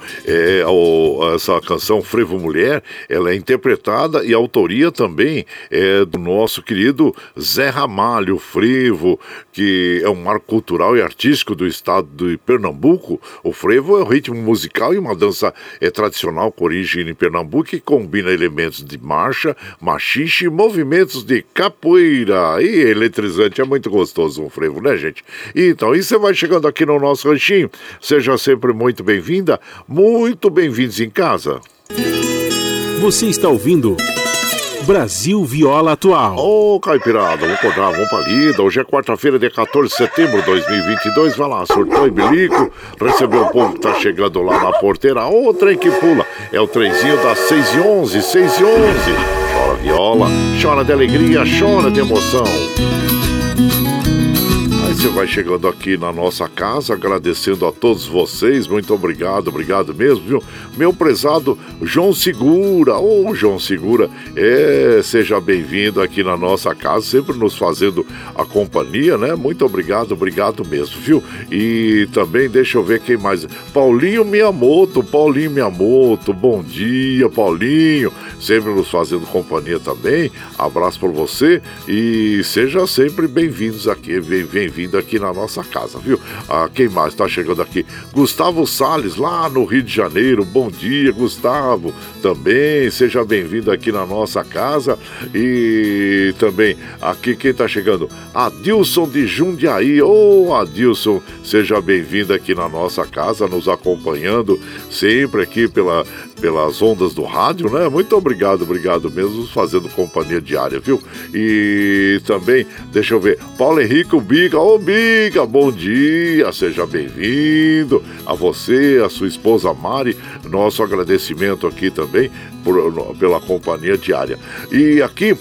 essa canção Frevo Mulher. Ela é interpretada e a autoria também é do nosso querido Zé Ramalho. O frevo, que é um marco cultural e artístico do estado de Pernambuco. O frevo é um ritmo musical e uma dança tradicional com origem em Pernambuco, que combina elementos de marcha, machixe e movimentos de capoeira. E eletrizante, é muito gostoso um frevo, né, gente? Então, e você vai chegando aqui no nosso ranchinho, seja sempre muito bem-vinda, muito bem-vindos em casa. Você está ouvindo Brasil Viola Atual. Ô, caipirada, vamos acordar, vamos pra lida. Hoje é quarta-feira, dia 14 de setembro de 2022. Vai lá, surtou e bilico, recebeu o povo que tá chegando lá na porteira. Ô, trem que pula, é o trenzinho das 6h11, 6h11. Chora viola, chora de alegria, chora de emoção. Você vai chegando aqui na nossa casa, agradecendo a todos vocês, muito obrigado, obrigado mesmo, viu? Meu prezado João Segura, João Segura, seja bem-vindo aqui na nossa casa, sempre nos fazendo a companhia, né? Muito obrigado, obrigado mesmo, viu? E também, deixa eu ver quem mais, Paulinho Miyamoto, bom dia, Paulinho, sempre nos fazendo companhia também, abraço por você e seja sempre bem-vindos aqui, bem-vindo aqui na nossa casa, viu? Quem mais está chegando aqui? Gustavo Salles, lá no Rio de Janeiro. Bom dia, Gustavo. Também, seja bem-vindo aqui na nossa casa. E também, aqui quem está chegando? Adilson de Jundiaí. Adilson, seja bem-vindo aqui na nossa casa, nos acompanhando sempre aqui pelas ondas do rádio, né? Muito obrigado mesmo, fazendo companhia diária, viu? E também, deixa eu ver, Paulo Henrique Biga, Biga, bom dia, seja bem-vindo, a você, a sua esposa Mari, nosso agradecimento aqui também pela companhia diária. E aqui,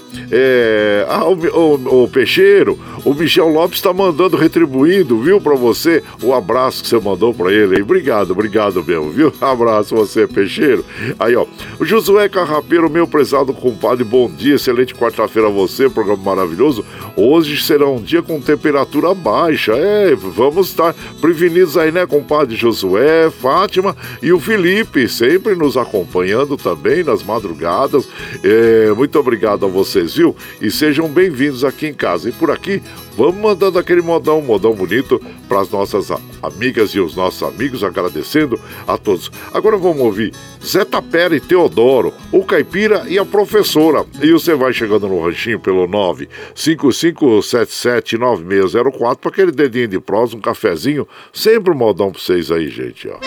o Peixeiro, o Michel Lopes está mandando, retribuindo, viu, para você, o abraço que você mandou para ele aí. Obrigado mesmo, viu? Abraço você, Peixeiro. Aí, ó, o Josué Carrapeiro, meu prezado compadre, bom dia, excelente quarta-feira a você, programa maravilhoso. Hoje será um dia com temperatura baixa, vamos estar prevenidos aí, né, compadre Josué, Fátima e o Felipe, sempre nos acompanhando também nas madrugadas. Muito obrigado a vocês, viu? E sejam bem-vindos aqui em casa. E por aqui, vamos mandando aquele modão bonito para as nossas amigas e os nossos amigos, agradecendo a todos. Agora vamos ouvir Zé Tapera e Teodoro, o Caipira e a Professora. E você vai chegando no ranchinho pelo 955779604 para aquele dedinho de prosa, um cafezinho, sempre um modão para vocês aí, gente, ó.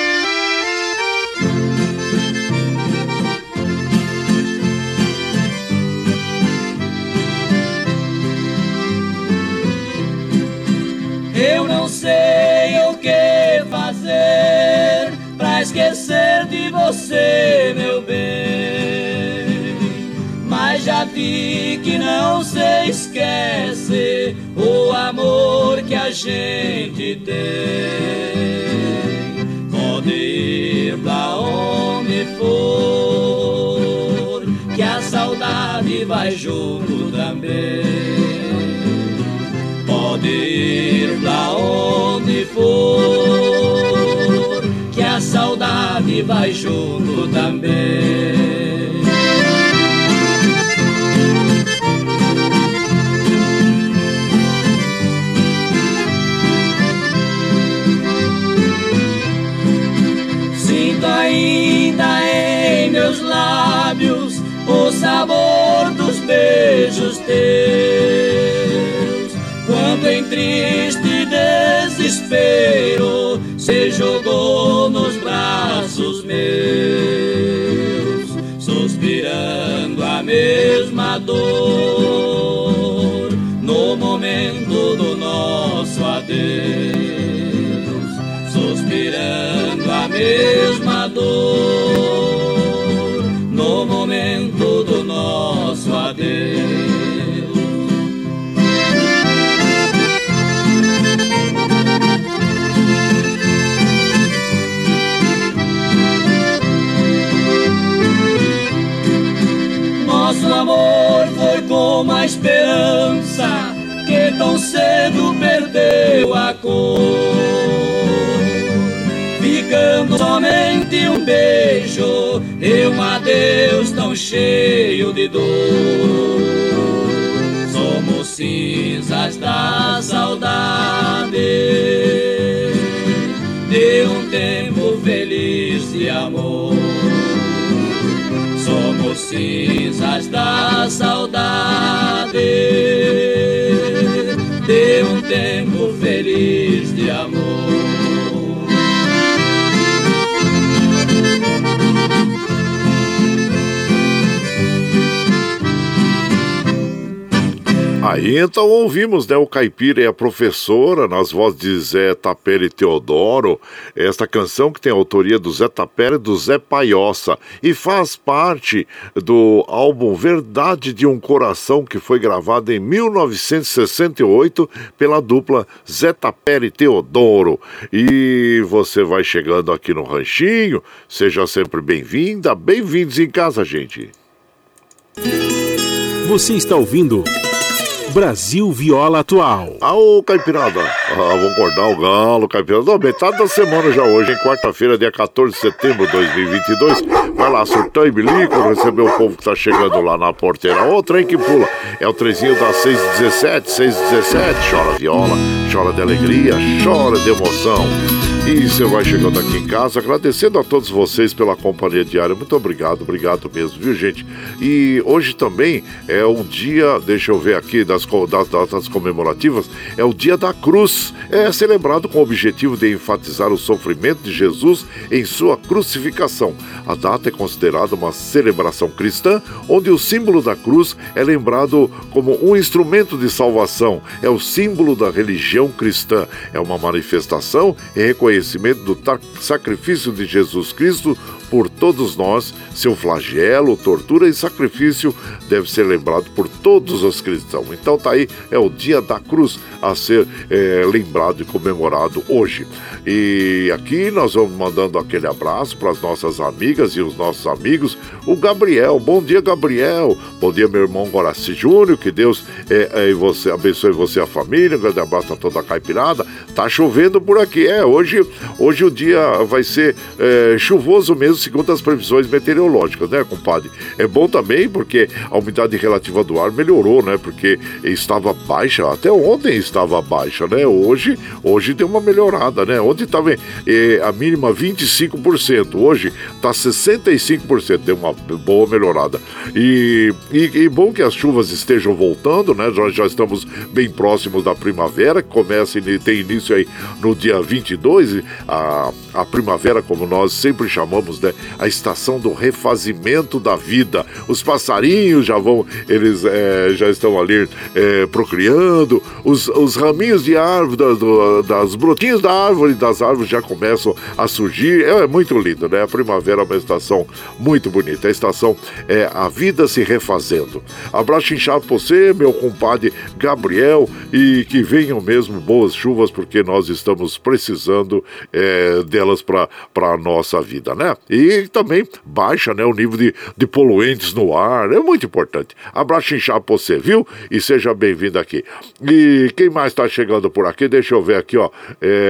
Eu não sei o que fazer pra esquecer de você, meu bem. Mas já vi que não se esquece o amor que a gente tem. Pode ir pra saudade vai junto também. Pode ir pra onde for, que a saudade vai junto também. Sinto ainda em meus lábios o sabor dos beijos teus, quando em triste desespero se jogou nos braços meus, suspirando a mesma dor no momento do nosso adeus, suspirando a mesma dor no momento do nosso adeus. Nosso amor foi como a esperança que tão cedo perdeu a cor, ficando somente um beijo e um adeus tão cheio de dor. Somos cinzas da saudade de um tempo feliz de amor. Somos cinzas da saudade de um tempo feliz de amor. Aí então ouvimos, né, o Caipira e a Professora, nas vozes de Zé Tapera e Teodoro, esta canção que tem a autoria do Zé Tapera e do Zé Paiossa, e faz parte do álbum Verdade de um Coração, que foi gravado em 1968 pela dupla Zé Tapera e Teodoro. E você vai chegando aqui no Ranchinho, seja sempre bem-vinda, bem-vindos em casa, gente. Você está ouvindo Brasil Viola Atual. Ô, Caipirada, vamos acordar o galo, Caipirada. Metade da semana já hoje, em quarta-feira, dia 14 de setembro de 2022. Vai lá, surtão e bilico, receber o povo que tá chegando lá na porteira. Ô, trem que pula. É o trezinho das 6h17, 6h17. Chora viola, chora de alegria, chora de emoção. E você vai chegando aqui em casa, agradecendo a todos vocês pela companhia diária. Muito obrigado, obrigado mesmo, viu, gente? E hoje também é um dia, deixa eu ver aqui, das datas comemorativas, é o Dia da Cruz. É celebrado com o objetivo de enfatizar o sofrimento de Jesus em sua crucificação. A data é considerada uma celebração cristã, onde o símbolo da cruz é lembrado como um instrumento de salvação. É o símbolo da religião cristã. É uma manifestação e reconhecimento do sacrifício de Jesus Cristo por todos nós. Seu flagelo, tortura e sacrifício deve ser lembrado por todos os cristãos. Então tá aí, é o Dia da Cruz a ser lembrado e comemorado hoje. E aqui nós vamos mandando aquele abraço para as nossas amigas e os nossos amigos. O Gabriel, bom dia, Gabriel. Bom dia, meu irmão Guaraci Júnior, que Deus você, abençoe você e a família. Um grande abraço a toda a Caipirada. Tá chovendo por aqui, hoje o dia vai ser chuvoso mesmo, segundo as previsões meteorológicas, né, compadre? É bom também porque a umidade relativa do ar melhorou, né, porque estava baixa, até ontem estava baixa, né, hoje deu uma melhorada, né, ontem estava a mínima 25%, hoje está 65%, deu uma boa melhorada, e bom que as chuvas estejam voltando, né, nós já estamos bem próximos da primavera, que começa e tem início aí no dia 22, a primavera, como nós sempre chamamos, né, a estação do refazimento da vida. Os passarinhos eles já estão ali procriando, os raminhos de árvore, das brotinhos das árvores já começam a surgir. É muito lindo, né? A primavera é uma estação muito bonita. A estação é a vida se refazendo. Abraço inchado pra você, meu compadre Gabriel, e que venham mesmo boas chuvas, porque nós estamos precisando cuidado delas para a nossa vida, né? E também baixa, né, o nível de poluentes no ar, é muito importante. Abraço inchado pra você, viu? E seja bem-vindo aqui. E quem mais tá chegando por aqui? Deixa eu ver aqui, ó.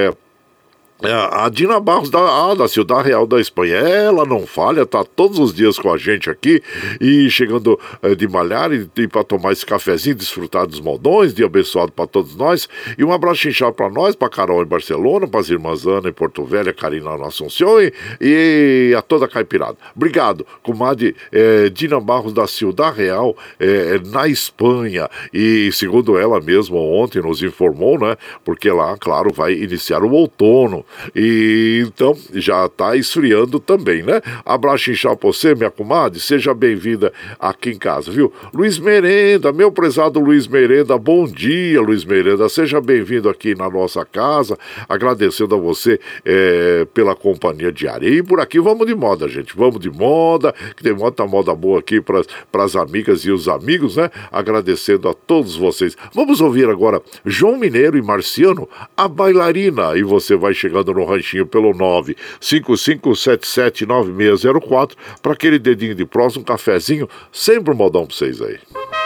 A Dina Barros da Ciudad Real da Espanha, ela não falha, tá todos os dias com a gente aqui e chegando de malhar e para tomar esse cafezinho, desfrutar dos moldões, dia abençoado para todos nós. E um abraço inchado para nós, para Carol em Barcelona, para as irmãs Ana em Porto Velho, Karina na Assunção e a toda a caipirada. Obrigado, comadre Dina Barros da Ciudad Real na Espanha. E segundo ela mesma ontem nos informou, né? Porque lá, claro, vai iniciar o outono. E então já tá esfriando também, né? Abraço inchado pra você, minha comadre. Seja bem-vinda aqui em casa, viu? Luiz Merenda, meu prezado Luiz Merenda, bom dia, Luiz Merenda. Seja bem-vindo aqui na nossa casa. Agradecendo a você pela companhia diária. E por aqui vamos de moda, gente. Vamos de moda, que tem muita moda boa aqui pras amigas e os amigos, né? Agradecendo a todos vocês. Vamos ouvir agora João Mineiro e Marciano, a bailarina. E você vai chegar no ranchinho pelo 955779604 para aquele dedinho de próximo, um cafezinho, sempre um modão pra vocês aí.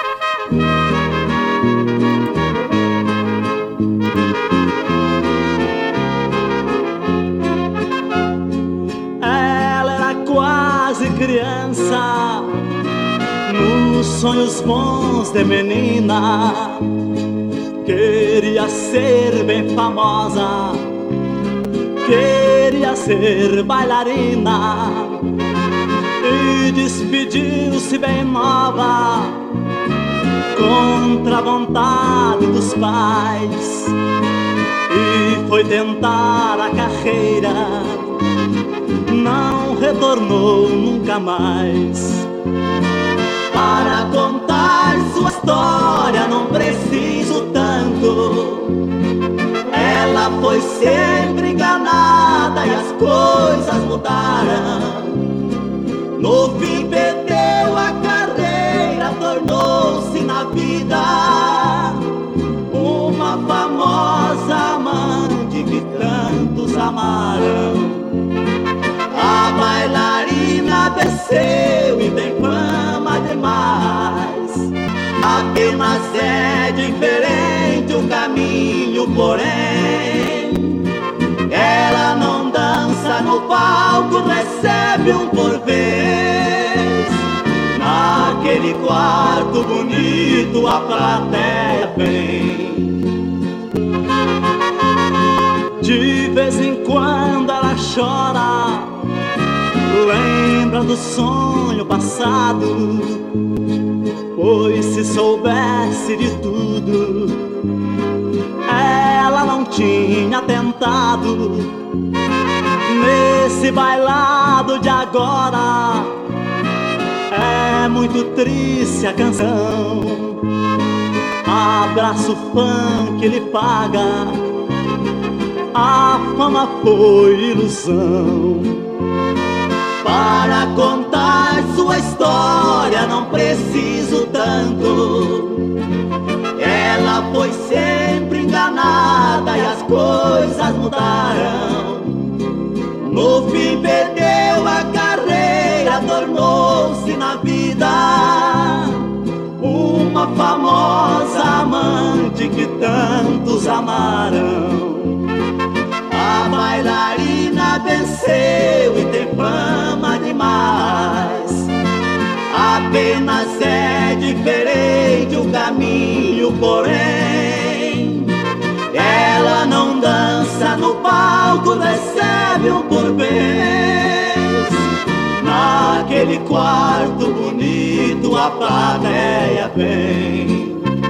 Ela era quase criança, nos sonhos bons de menina, queria ser bem famosa, queria ser bailarina e despediu-se bem nova, contra a vontade dos pais, e foi tentar a carreira, não retornou nunca mais. Para contar sua história não preciso tanto, ela foi sempre enganada e as coisas mudaram. No fim perdeu a carreira, tornou-se na vida uma famosa amante que tantos amaram. A bailarina desceu e tem fama demais, apenas é diferente o caminho, porém ela não dança no palco, recebe um por vez. Naquele quarto bonito a plateia vem. De vez em quando ela chora, lembra do sonho passado, pois se soubesse de tudo, ela não tinha tentado. Nesse bailado de agora, é muito triste a canção. Abraço funk lhe paga, a fama foi ilusão. Para contar sua história não preciso tanto, ela foi sempre enganada e as coisas mudaram. No fim perdeu a carreira, tornou-se na vida uma famosa amante que tantos amaram. A bailarina venceu e tem fama demais, apenas é diferente o caminho, porém ela não dança no palco, recebe um por vez. Naquele quarto bonito a plateia vem.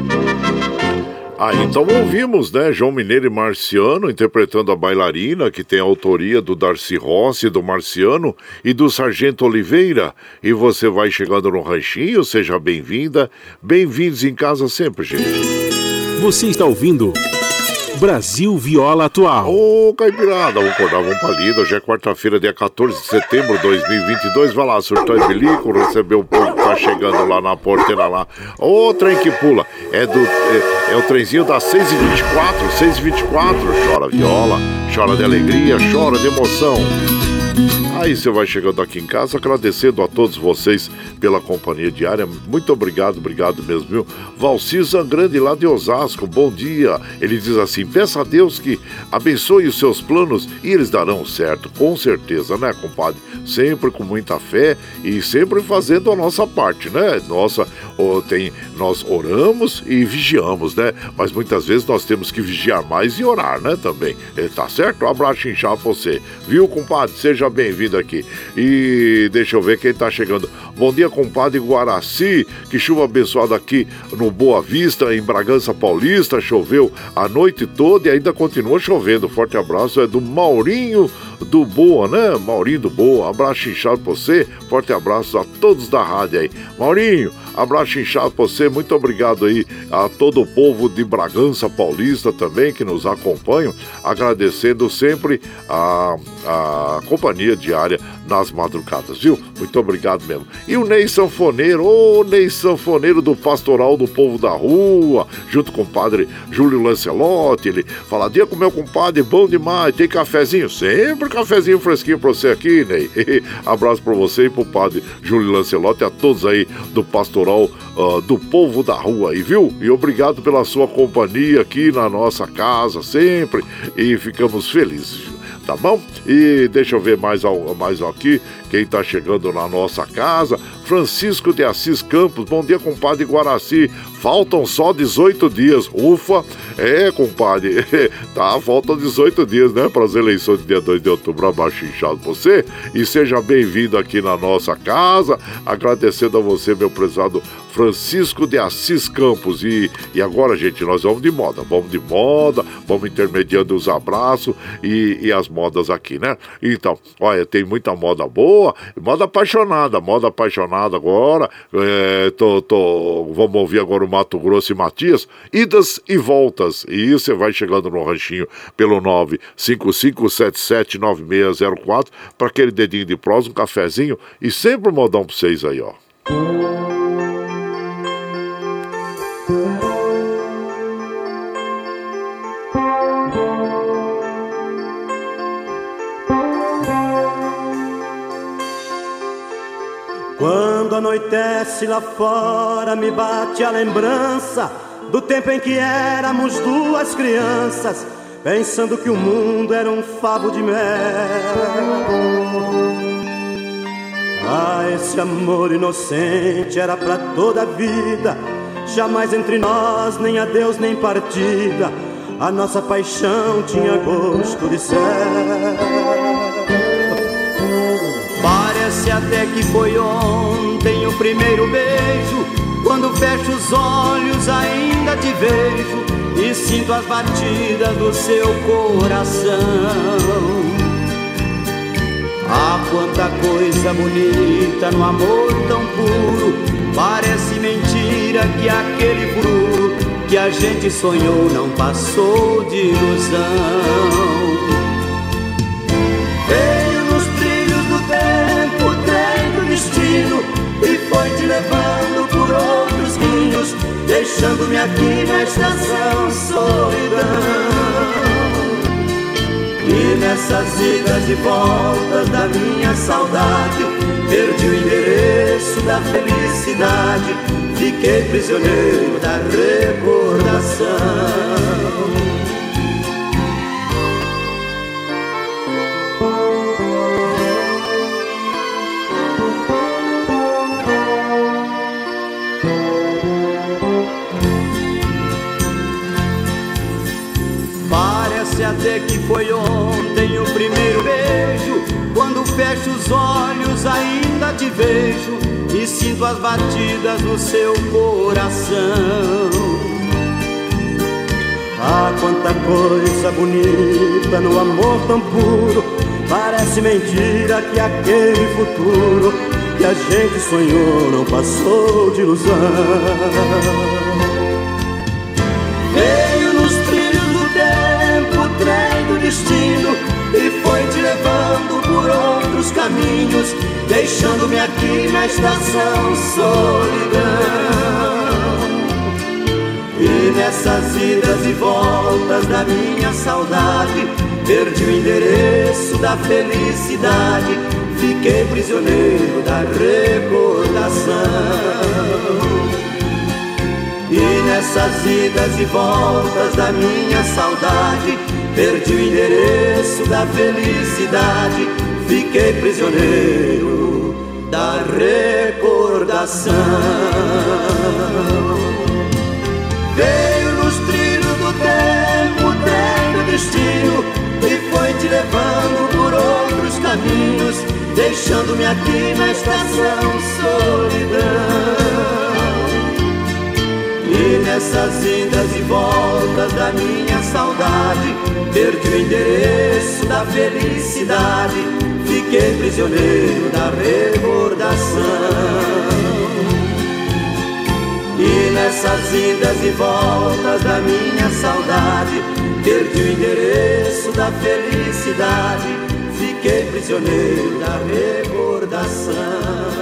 Então ouvimos, né, João Mineiro e Marciano interpretando a bailarina, que tem a autoria do Darcy Rossi, do Marciano e do Sargento Oliveira. E você vai chegando no ranchinho, seja bem-vinda, bem-vindos em casa sempre, gente. Você está ouvindo Brasil Viola Atual. Ô, caipirada, vamos acordar, vamos pra lida. Hoje é quarta-feira, dia 14 de setembro de 2022. Vai lá, surtar e bilico, receber o povo que tá chegando lá na porteira lá. Ô, trem que pula. É o trenzinho das 6h24, 6h24. Chora viola, chora de alegria, chora de emoção. Aí você vai chegando aqui em casa, agradecendo a todos vocês pela companhia diária. Muito obrigado mesmo, viu? Valci Zangrande, lá de Osasco, bom dia. Ele diz assim: peça a Deus que abençoe os seus planos e eles darão certo, com certeza, né, compadre? Sempre com muita fé e sempre fazendo a nossa parte, né? Nós oramos e vigiamos, né? Mas muitas vezes nós temos que vigiar mais e orar, né, também. Tá certo? Um abraço inchado pra você. Viu, compadre? Seja bem-vindo aqui. E deixa eu ver quem tá chegando. Bom dia, compadre Guaraci. Que chuva abençoada aqui no Boa Vista, em Bragança Paulista. Choveu a noite toda e ainda continua chovendo. Forte abraço. É do Maurinho do Boa, né? Maurinho do Boa. Abraço inchado pra você. Forte abraço a todos da rádio aí. Maurinho, abraço inchado pra você. Muito obrigado aí a todo o povo de Bragança Paulista também que nos acompanham. Agradecendo sempre a companhia diária nas madrugadas, viu? Muito obrigado mesmo. E o Ney Sanfoneiro, Ney Sanfoneiro do Pastoral do Povo da Rua, junto com o padre Júlio Lancelotti. Ele fala: dia com meu compadre, bom demais, tem cafezinho? Sempre cafezinho fresquinho pra você aqui, Ney. Abraço pra você e pro padre Júlio Lancelotti, a todos aí do Pastoral do Povo da Rua aí, viu? E obrigado pela sua companhia aqui na nossa casa sempre, e ficamos felizes, tá bom? E deixa eu ver mais aqui, quem tá chegando na nossa casa. Francisco de Assis Campos, bom dia, compadre Guaraci. Faltam só 18 dias. Ufa, compadre. Tá, faltam 18 dias, né, para as eleições do dia 2 de outubro. Abaixo inchado você. E seja bem-vindo aqui na nossa casa. Agradecendo a você, meu prezado Francisco de Assis Campos. E agora, gente, nós vamos de moda. Vamos intermediando os abraços e as modas aqui, né? Então, olha, tem muita moda boa, moda apaixonada agora. Vamos ouvir agora o Mato Grosso e Matias, idas e voltas. E você vai chegando no ranchinho pelo 955779604 para aquele dedinho de prosa, um cafezinho e sempre um modão pra vocês aí, ó. Quando anoitece lá fora, me bate a lembrança do tempo em que éramos duas crianças, pensando que o mundo era um favo de mel. Ah, esse amor inocente era pra toda a vida, jamais entre nós nem adeus nem partida. A nossa paixão tinha gosto de céu. Parece até que foi ontem o primeiro beijo. Quando fecho os olhos ainda te vejo e sinto as batidas do seu coração. Ah, quanta coisa bonita no amor tão puro. Parece mentira que aquele furor que a gente sonhou não passou de ilusão. E foi te levando por outros caminhos, deixando-me aqui na estação solidão. E nessas idas e voltas da minha saudade, perdi o endereço da felicidade, fiquei prisioneiro da recordação. Até que foi ontem o primeiro beijo. Quando fecho os olhos ainda te vejo e sinto as batidas do seu coração. Ah, quanta coisa bonita no amor tão puro. Parece mentira que aquele futuro que a gente sonhou não passou de ilusão. Veio nos trilhos do tempo, trem do destino, e foi te levando por outros caminhos, deixando-me aqui na estação solidão. E nessas idas e voltas da minha saudade, perdi o endereço da felicidade, fiquei prisioneiro da recordação. E nessas idas e voltas da minha saudade, perdi o endereço da felicidade, fiquei prisioneiro da recordação. Veio nos trilhos do tempo, o trem do destino, e foi te levando por outros caminhos, deixando-me aqui na estação solidão. E nessas idas e voltas da minha saudade, perdi o endereço da felicidade, fiquei prisioneiro da recordação. E nessas idas e voltas da minha saudade, perdi o endereço da felicidade, fiquei prisioneiro da recordação.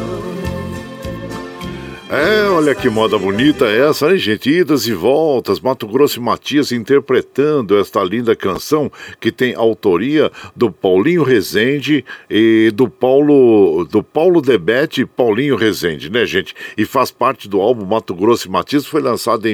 Olha que moda bonita essa, hein, gente? Idas e voltas, Mato Grosso e Matias interpretando esta linda canção que tem autoria do Paulinho Rezende e do Paulo Debete e Paulinho Rezende, né, gente? E faz parte do álbum Mato Grosso e Matias, foi lançado em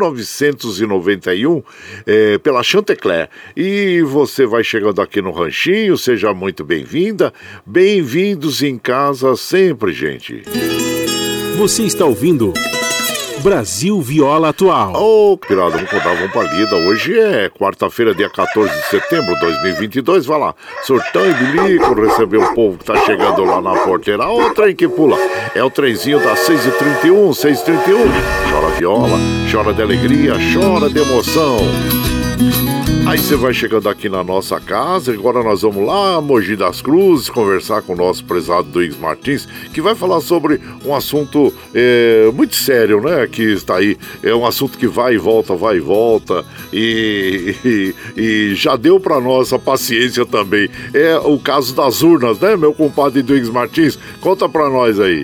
1991 pela Chantecler. E você vai chegando aqui no Ranchinho, seja muito bem-vinda, bem-vindos em casa sempre, gente. Você está ouvindo Brasil Viola Atual. Ô, pirada, vamos pra lida. Hoje é quarta-feira, dia 14 de setembro de 2022. Vai lá, surtão e bilico, receber o povo que tá chegando lá na porteira. Ó, o trem que pula. É o trenzinho das 6h31, 6h31. Chora viola, chora de alegria, chora de emoção. Aí você vai chegando aqui na nossa casa. Agora nós vamos lá, Mogi das Cruzes, conversar com o nosso prezado Duígues Martins, que vai falar sobre um assunto muito sério, né? Que está aí, é um assunto que vai e volta, e já deu para nós a paciência também. É o caso das urnas, né, meu compadre Duígues Martins? Conta para nós aí.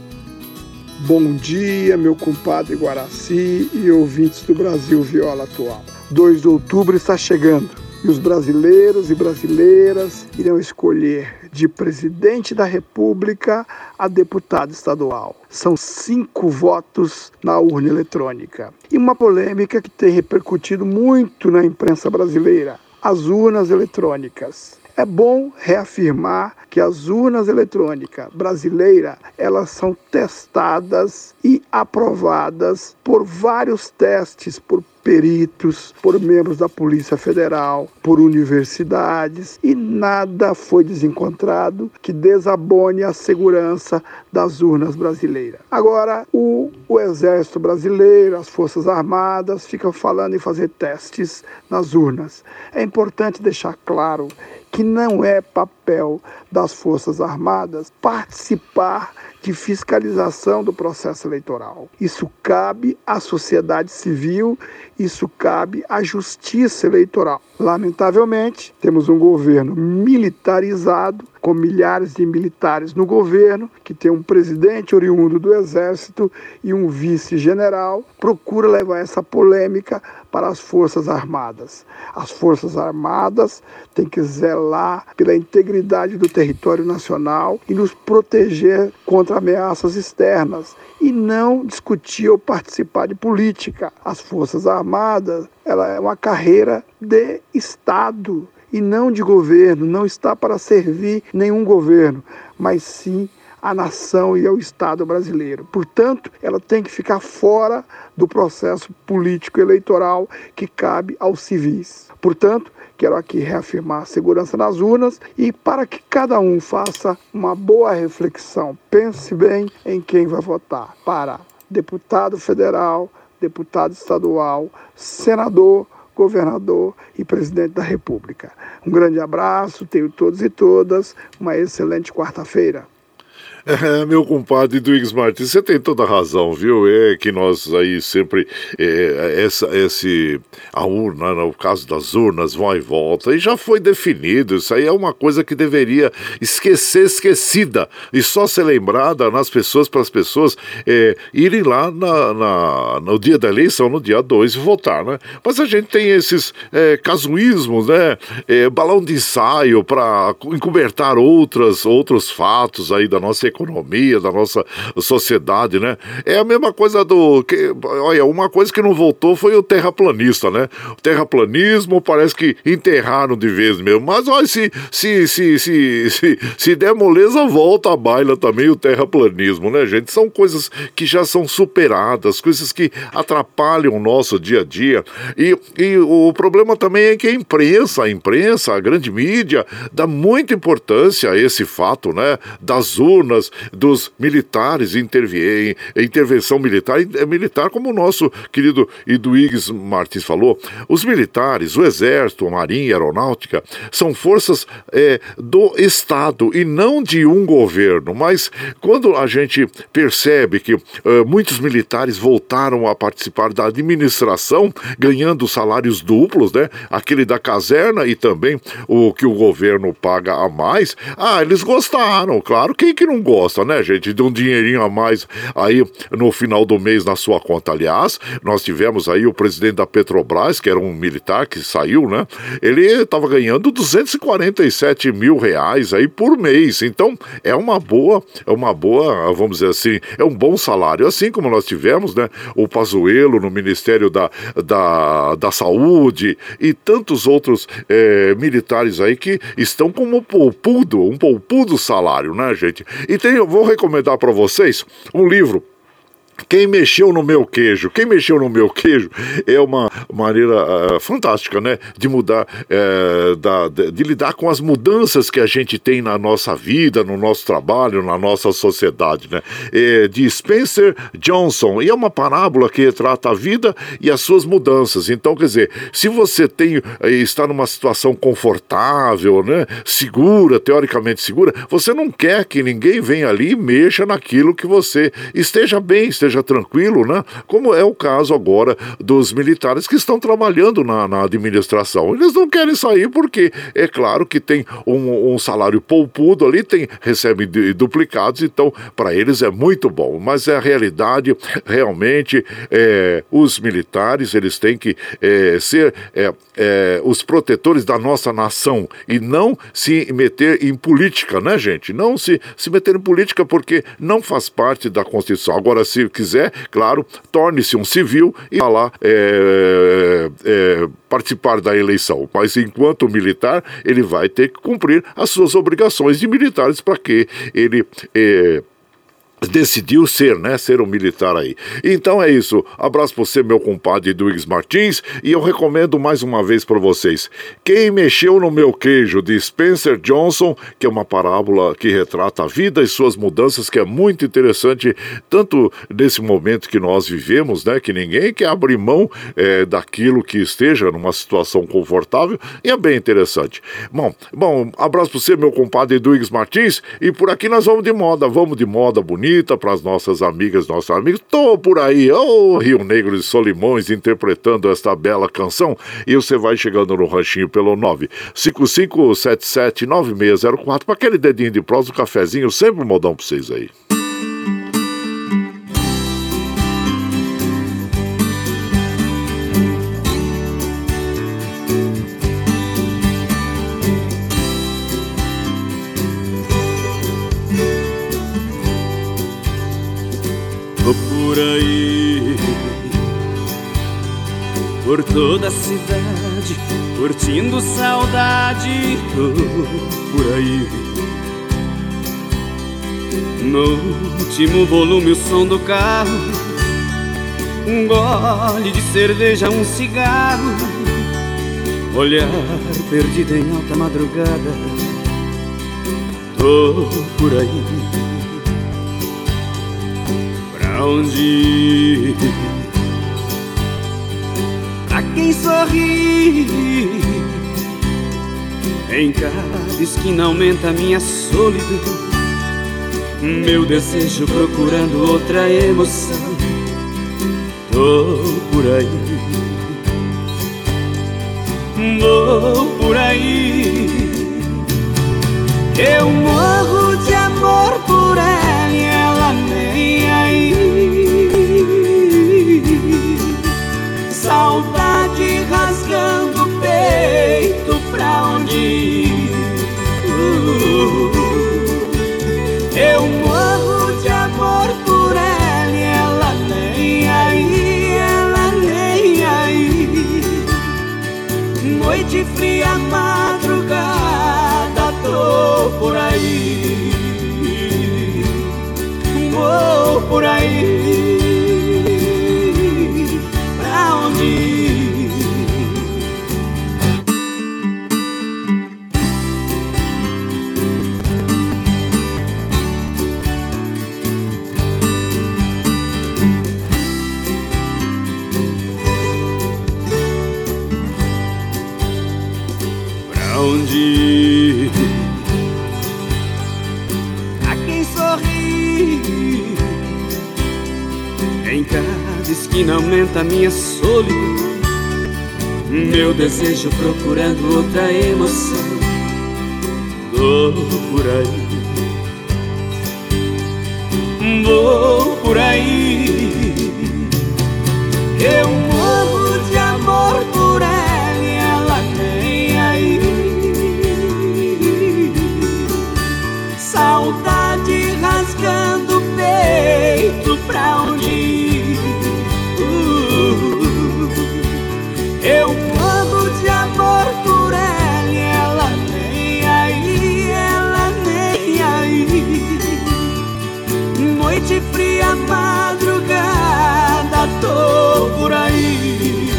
Bom dia, meu compadre Guaraci e ouvintes do Brasil Viola Atual. 2 de outubro está chegando e os brasileiros e brasileiras irão escolher de presidente da República a deputado estadual. São 5 votos na urna eletrônica. E uma polêmica que tem repercutido muito na imprensa brasileira: as urnas eletrônicas. É bom reafirmar que as urnas eletrônicas brasileiras, elas são testadas e aprovadas por vários testes, por peritos, por membros da Polícia Federal, por universidades, e nada foi desencontrado que desabone a segurança das urnas brasileiras. Agora, o Exército Brasileiro, as Forças Armadas, ficam falando em fazer testes nas urnas. É importante deixar claro que não é papel das Forças Armadas participar de fiscalização do processo eleitoral. Isso cabe à sociedade civil, isso cabe à justiça eleitoral. Lamentavelmente, temos um governo militarizado, com milhares de militares no governo, que tem um presidente oriundo do Exército e um vice-general, procura levar essa polêmica para as Forças Armadas. As Forças Armadas têm que zelar pela integridade do território nacional e nos proteger contra ameaças externas e não discutir ou participar de política. As Forças Armadas, ela é uma carreira de Estado e não de governo, não está para servir nenhum governo, mas sim à nação e ao Estado brasileiro. Portanto, ela tem que ficar fora do processo político eleitoral que cabe aos civis. Portanto, quero aqui reafirmar a segurança nas urnas e para que cada um faça uma boa reflexão, pense bem em quem vai votar para deputado federal, deputado estadual, senador, governador e presidente da República. Um grande abraço, tenho todos e todas uma excelente quarta-feira. Meu compadre Duígues Martins, você tem toda a razão, viu? É que nós aí sempre, a urna, no caso das urnas, vão e volta, e já foi definido, isso aí é uma coisa que deveria esquecida, e só ser lembrada nas pessoas, para as pessoas irem lá no dia da eleição, no dia 2, e votar, né? Mas a gente tem esses casuísmos, né? Balão de ensaio para encobertar outros fatos aí da nossa economia, da nossa sociedade, né? É a mesma coisa olha, uma coisa que não voltou foi o terraplanista, né? O terraplanismo parece que enterraram de vez mesmo, mas olha, se der moleza, volta à baila também o terraplanismo, né, gente? São coisas que já são superadas, coisas que atrapalham o nosso dia a dia, e o problema também é que a imprensa, a grande mídia, dá muita importância a esse fato, né? Das urnas, dos militares, intervenção militar, como o nosso querido Duígues Martins falou. Os militares, o exército, a marinha, a aeronáutica, são forças do Estado e não de um governo. Mas quando a gente percebe que muitos militares voltaram a participar da administração, ganhando salários duplos, né? Aquele da caserna e também o que o governo paga a mais, eles gostaram, claro, quem que não gosta, né, gente, de um dinheirinho a mais aí no final do mês na sua conta. Aliás, nós tivemos aí o presidente da Petrobras, que era um militar que saiu, né, ele estava ganhando 247 mil reais aí por mês, então é uma boa, vamos dizer assim, é um bom salário, assim como nós tivemos, né, o Pazuello no Ministério da Saúde e tantos outros militares aí que estão como um poupudo salário, né, gente? E eu vou recomendar para vocês um livro, Quem Mexeu no Meu Queijo. Quem Mexeu no Meu Queijo é uma maneira fantástica, né? De mudar, de lidar com as mudanças que a gente tem na nossa vida, no nosso trabalho, na nossa sociedade, né? De Spencer Johnson. E é uma parábola que retrata a vida e as suas mudanças. Então, quer dizer, se você está numa situação confortável, né? Segura, teoricamente segura, você não quer que ninguém venha ali e mexa naquilo que você esteja bem, esteja tranquilo, né? Como é o caso agora dos militares que estão trabalhando na administração. Eles não querem sair porque é claro que tem um salário poupudo ali, recebem duplicados, então para eles é muito bom. Mas a realidade, realmente, os militares, eles têm que ser os protetores da nossa nação e não se meter em política, né, gente? Não se meter em política porque não faz parte da Constituição. Agora, se quiser, claro, torne-se um civil e vá lá participar da eleição. Mas enquanto militar, ele vai ter que cumprir as suas obrigações de militares para que ele decidiu ser um militar aí. Então é isso. Abraço pra você, meu compadre Duígues Martins, e eu recomendo mais uma vez para vocês Quem Mexeu no Meu Queijo, de Spencer Johnson, que é uma parábola que retrata a vida e suas mudanças, que é muito interessante, tanto nesse momento que nós vivemos, né, que ninguém quer abrir mão daquilo que esteja numa situação confortável, e é bem interessante. Bom, abraço pra você, meu compadre Duígues Martins, e por aqui nós vamos de moda bonita, para as nossas amigas, nossos amigos. Tô por aí, Rio Negro de Solimões, interpretando esta bela canção, e você vai chegando no ranchinho pelo 955779604 para aquele dedinho de prosa, um cafezinho, sempre um modão para vocês aí. Por aí, por toda a cidade, curtindo saudade. Por aí, no último volume, o som do carro, um gole de cerveja, um cigarro, olhar perdido em alta madrugada. Tô por aí, onde ir? Pra quem sorri, em cada esquina aumenta a minha solidão. meu desejo procurando outra emoção. Tô por aí, vou por aí. Eu morro de amor por ela e ela nem aí. Saudade rasgando o peito, pra onde ir? Eu morro de amor por ela e ela nem aí, ela nem aí. Noite fria, madrugada, tô por aí, vou por aí. Pra onde ir? Pra onde ir? A quem sorri? Em cada esquina aumenta minha solidão, meu desejo procurando outra emoção. Vou por aí, vou por aí. Eu morro de amor por ela e ela nem aí. Saudade rasgando o peito, pra onde ir? Eu morro de amor por ela e ela nem aí, ela nem aí. Noite fria, madrugada, tô por aí,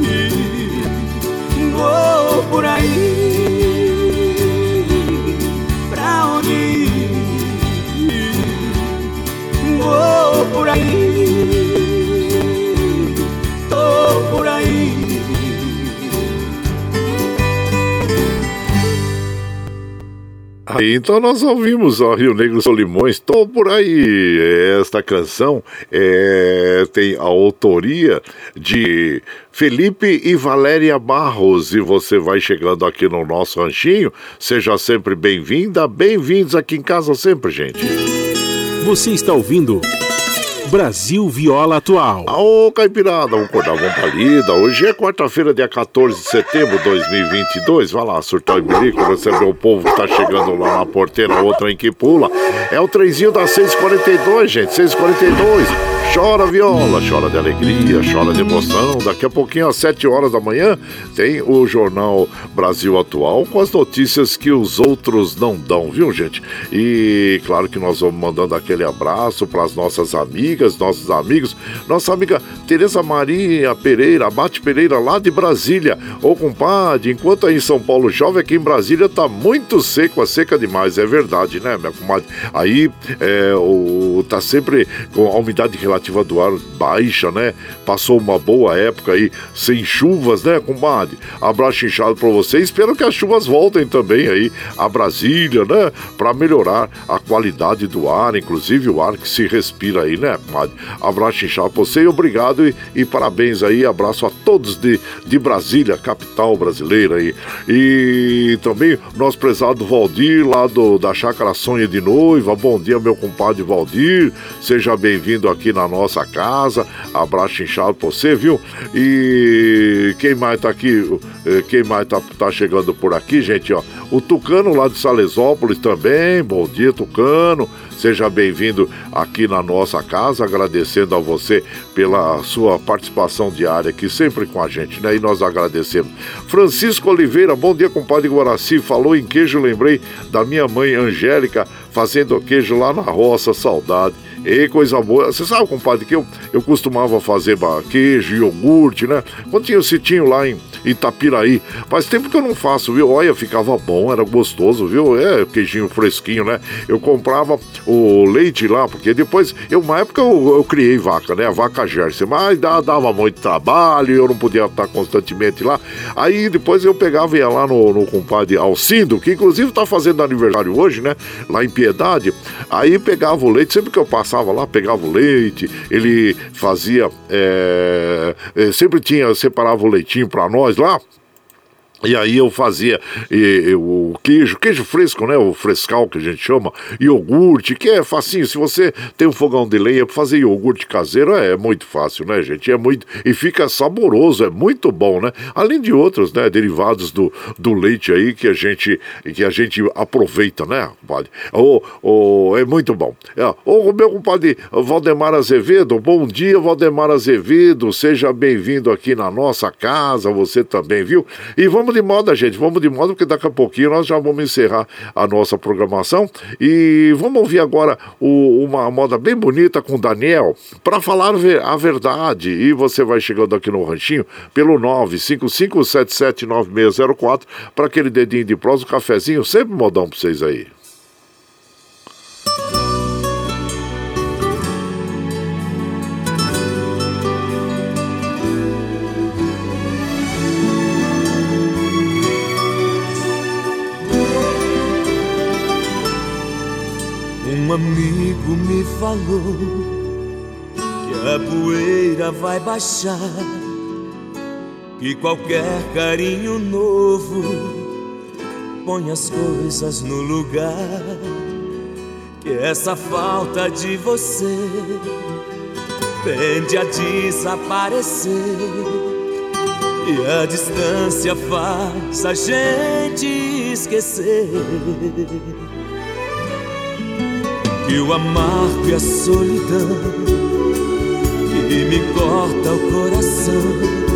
vou por aí. Pra onde ir? Vou por aí, tô por aí. Aí, então nós ouvimos o Rio Negro Solimões, tô por aí. Esta canção tem a autoria de Felipe e Valéria Barros. E você vai chegando aqui no nosso ranchinho, seja sempre bem-vinda, bem-vindos aqui em casa sempre, gente. Você está ouvindo Brasil Viola Atual. Ô, Caipirada, vamos acordar, vamos pra lida. Hoje é quarta-feira, dia 14 de setembro de 2022. Vai lá, surtar o bilico, receber o povo que tá chegando lá na porteira, outra em que pula. É o trenzinho das 6h42, gente, 6h42. Chora viola, chora de alegria, chora de emoção. Daqui a pouquinho, às 7 horas da manhã, tem o Jornal Brasil Atual com as notícias que os outros não dão, viu, gente? E claro que nós vamos mandando aquele abraço para as nossas amigas, nossos amigos. Nossa amiga Tereza Maria Pereira, Abate Pereira, lá de Brasília. Ô, compadre, enquanto aí em São Paulo chove, aqui em Brasília tá muito seco, seca demais, é verdade, né, minha comadre? Aí tá sempre com a umidade relativa do ar baixa, né? Passou uma boa época aí sem chuvas, né, comadre? Abraço inchado pra você. Espero que as chuvas voltem também aí a Brasília, né? Pra melhorar a qualidade do ar, inclusive o ar que se respira aí, né, comadre? Abraço inchado pra você e obrigado e parabéns aí. Abraço a todos de Brasília, capital brasileira aí. E também nosso prezado Valdir, lá da Chácara Sonha de Noiva. Bom dia, meu compadre Valdir. Seja bem-vindo aqui na nossa casa. Abraço inchado pra você, viu? E quem mais tá aqui? Quem mais tá chegando por aqui, gente, ó? O Tucano lá de Salesópolis também. Bom dia, Tucano. Seja bem-vindo aqui na nossa casa, agradecendo a você pela sua participação diária aqui, sempre com a gente, né? E nós agradecemos. Francisco Oliveira, bom dia, compadre Guaraci. Falou em queijo, lembrei da minha mãe Angélica fazendo queijo lá na roça, saudade. E coisa boa. Você sabe, compadre, que eu costumava fazer queijo, iogurte, né? Quando tinha o sitinho lá em Itapiraí. Faz tempo que eu não faço, viu? Olha, ficava bom, era gostoso, viu? Queijinho fresquinho, né? Eu comprava o leite lá, porque depois, uma época eu criei vaca, né? A vaca Jersey, mas dava muito trabalho, eu não podia estar constantemente lá. Aí depois eu pegava e ia lá no compadre Alcindo, que inclusive tá fazendo aniversário hoje, né? Lá em Piedade. Aí pegava o leite, sempre que eu passava lá, pegava o leite, ele fazia, sempre separava o leitinho pra nós lá. E aí eu fazia o queijo fresco, né? O frescal que a gente chama, iogurte, que é facinho. Se você tem um fogão de lenha, fazer iogurte caseiro é muito fácil, né, gente? E fica saboroso, é muito bom, né? Além de outros, né, derivados do leite aí que a gente aproveita, né, compadre? É muito bom. O meu compadre Valdemar Azevedo, bom dia, Valdemar Azevedo, seja bem-vindo aqui na nossa casa, você também, viu? E vamos de moda, gente, porque daqui a pouquinho nós já vamos encerrar a nossa programação e vamos ouvir agora uma moda bem bonita com o Daniel para falar a verdade. E você vai chegando aqui no ranchinho pelo 955779604 para aquele dedinho de prosa, um cafezinho, sempre modão para vocês aí. Um amigo me falou que a poeira vai baixar, que qualquer carinho novo põe as coisas no lugar, que essa falta de você tende a desaparecer e a distância faz a gente esquecer. Que o amargo e a solidão que me corta o coração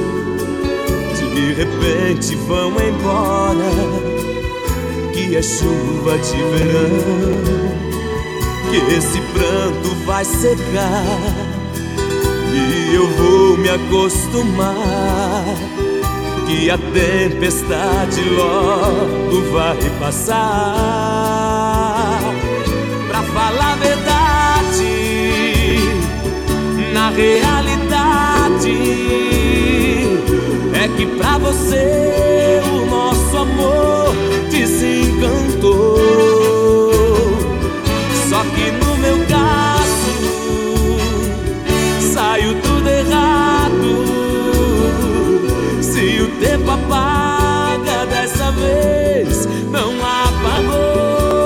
de repente vão embora, que é chuva de verão, que esse pranto vai secar e eu vou me acostumar, que a tempestade logo vai passar. Pra falar a verdade, na realidade é que pra você o nosso amor desencantou. Só que no meu caso saiu tudo errado. Se o tempo apaga dessa vez, não apagou.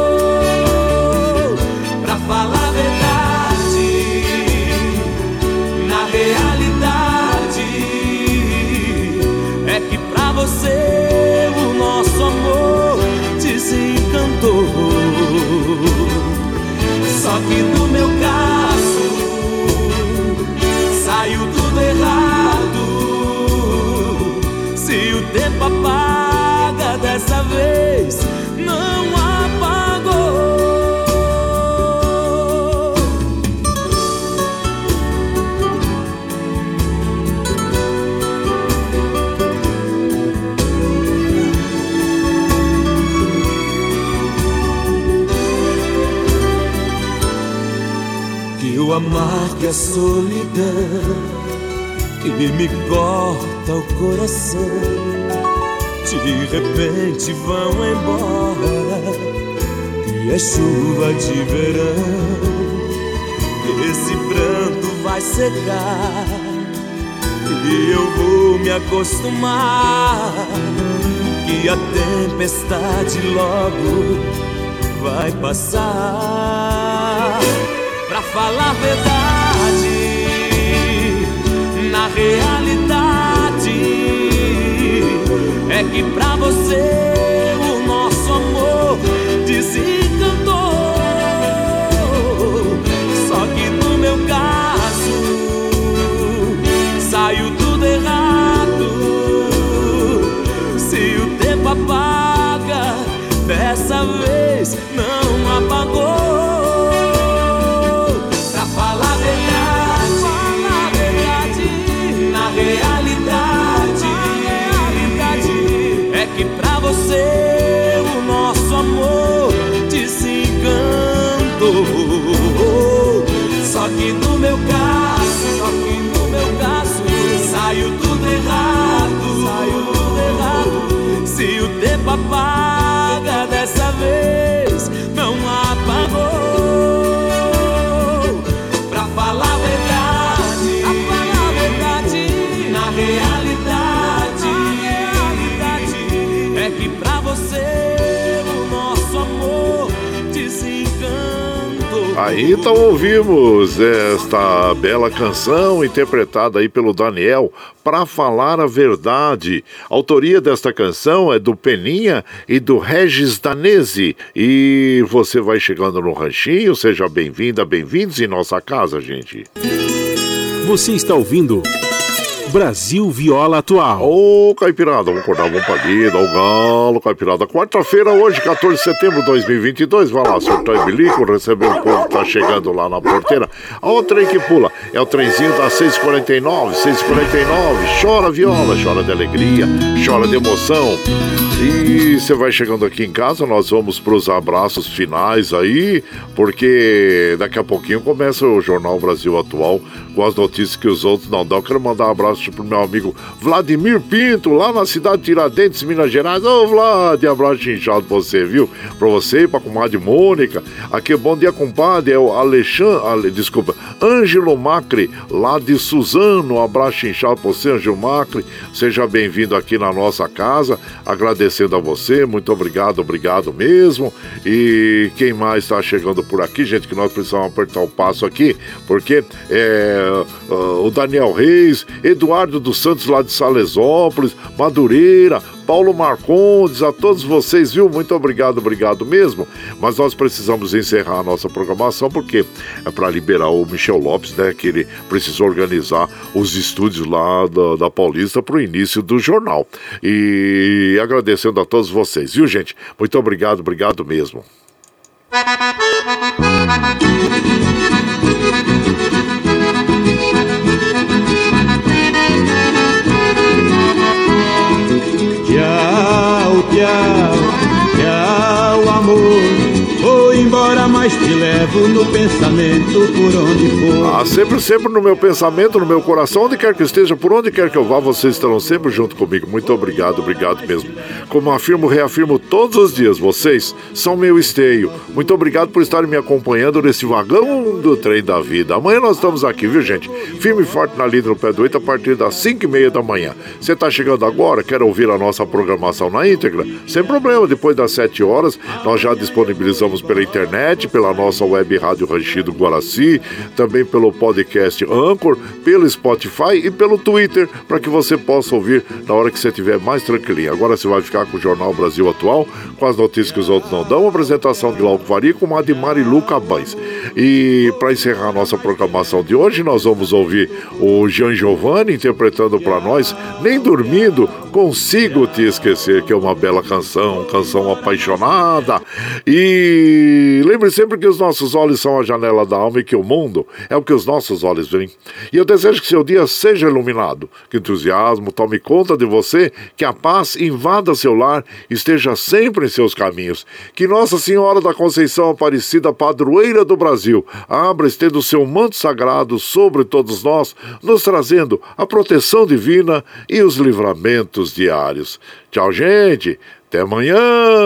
Falar a verdade, na realidade é que pra você o nosso amor desencantou. Só que no meu caso saiu tudo errado. Se o tempo apaga dessa vez, não apagou. O amargo e a solidão que me corta o coração de repente vão embora, que é chuva de verão, que esse pranto vai secar e eu vou me acostumar, que a tempestade logo vai passar. Pra falar a verdade, na realidade é que pra você o nosso amor desencantou. Só que no meu caso saiu tudo errado. Se o tempo apaga, dessa vez não apagou. Realidade apaga dessa vez, não apagou. Pra falar a verdade, na realidade, é que pra você o nosso amor desencantou. Aí então ouvimos esta bela canção interpretada aí pelo Daniel, Pra Falar a Verdade. A autoria desta canção é do Peninha e do Regis Danese. E você vai chegando no ranchinho, seja bem-vinda, bem-vindos em nossa casa, gente. Você está ouvindo Brasil Viola Atual. Ô, Caipirada, vamos acordar, vamos pra lida, o galo, Caipirada. Quarta-feira, hoje, 14 de setembro de 2022. Vai lá, surtar e bilico, receber o povo que tá chegando lá na porteira. Olha o trem que pula. É o trenzinho das 6h49, 6h49. Chora viola, chora de alegria, chora de emoção. E você vai chegando aqui em casa, nós vamos pros abraços finais aí, porque daqui a pouquinho começa o Jornal Brasil Atual com as notícias que os outros não dão. Eu quero mandar um abraço pro meu amigo Vladimir Pinto, lá na cidade de Tiradentes, Minas Gerais. Ô, Vlad, abraço inchado pra você, viu? Pra você e pra comadre Mônica. Aqui, bom dia, compadre, é o Ângelo Macri, lá de Suzano. Um abraço inchado pra você, Ângelo Macri. Seja bem-vindo aqui na nossa casa, agradecendo a você, muito obrigado, obrigado mesmo. E quem mais está chegando por aqui, gente, que nós precisamos apertar o passo aqui, porque o Daniel Reis, Eduardo dos Santos lá de Salesópolis, Madureira, Paulo Marcondes, a todos vocês, viu? Muito obrigado, obrigado mesmo. Mas nós precisamos encerrar a nossa programação, porque é para liberar o Michel Lopes, né? Que ele precisou organizar os estúdios lá da Paulista para o início do jornal. E agradecendo a todos vocês, viu, gente? Muito obrigado, obrigado mesmo. Tchau, tchau, tchau, amor. Vou embora, mas te levo no pensamento por onde for. Ah, sempre, sempre no meu pensamento, no meu coração, onde quer que eu esteja, por onde quer que eu vá, vocês estarão sempre junto comigo. Muito obrigado, obrigado mesmo. Como afirmo, reafirmo todos os dias, vocês são meu esteio. Muito obrigado por estarem me acompanhando nesse vagão do trem da vida. Amanhã nós estamos aqui, viu, gente? Firme e forte na lida no pé do 8 a partir das 5h30 da manhã. Você está chegando agora, quer ouvir a nossa programação na íntegra? Sem problema, depois das 7 horas, nós já disponibilizamos pela internet, pela nossa web rádio Ranchido Guaraci, também pelo podcast Anchor, pelo Spotify e pelo Twitter, para que você possa ouvir na hora que você estiver mais tranquilinho. Agora você vai ficar com o Jornal Brasil Atual, com as notícias que os outros não dão, uma apresentação de Glauco Faria com a de Marilu Cabães. E para encerrar a nossa programação de hoje, nós vamos ouvir o Gian Giovanni interpretando para nós Nem Dormindo Consigo Te Esquecer, que é uma bela canção, canção apaixonada. E lembre sempre que os nossos olhos são a janela da alma e que o mundo é o que os nossos olhos veem. E eu desejo que seu dia seja iluminado, que o entusiasmo tome conta de você, que a paz invada seu lar e esteja sempre em seus caminhos. Que Nossa Senhora da Conceição Aparecida, padroeira do Brasil, abra estendo o seu manto sagrado sobre todos nós, nos trazendo a proteção divina e os livramentos diários. Tchau, gente! Até amanhã!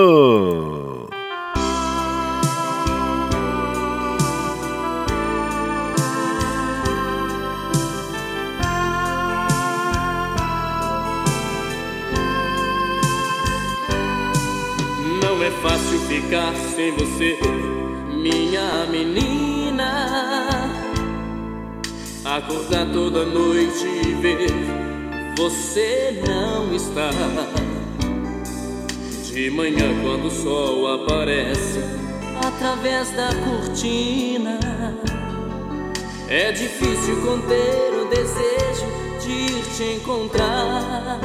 Não é fácil ficar sem você, minha menina. Acordar toda noite e ver você não está. De manhã quando o sol aparece através da cortina, é difícil conter o desejo de ir te encontrar.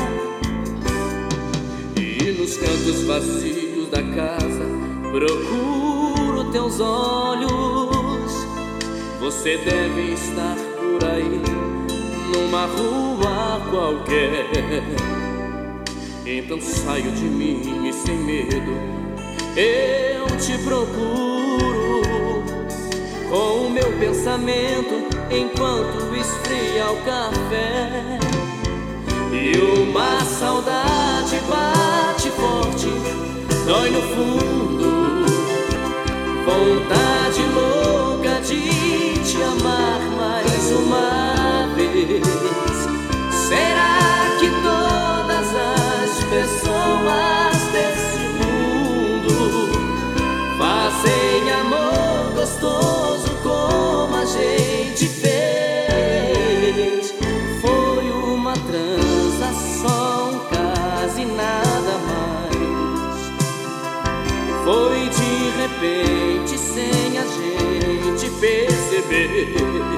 E nos cantos vazios da casa procuro teus olhos. Você deve estar por aí, numa rua qualquer. Então saio de mim e sem medo eu te procuro, com o meu pensamento enquanto esfria o café. E uma saudade bate forte, dói no fundo, vontade louca de te amar mais uma vez. Será que todas as pessoas desse mundo fazem amor gostoso como a gente fez? Foi uma transação, quase nada mais. Foi de repente, sem a gente perceber.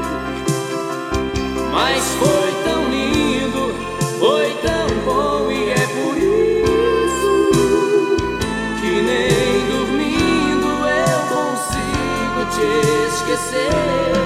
Mas foi tão lindo, foi tão bom, e é por isso que nem dormindo eu consigo te esquecer.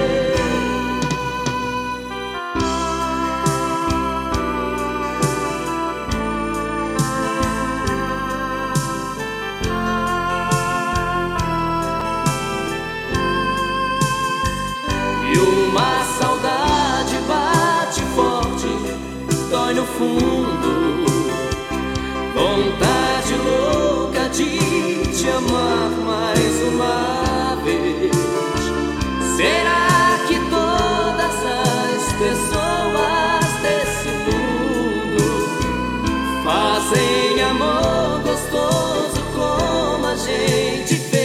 E uma saudade bate forte, dói no fundo, vontade louca de te amar mais uma vez. Será que todas as pessoas desse mundo fazem amor gostoso como a gente fez?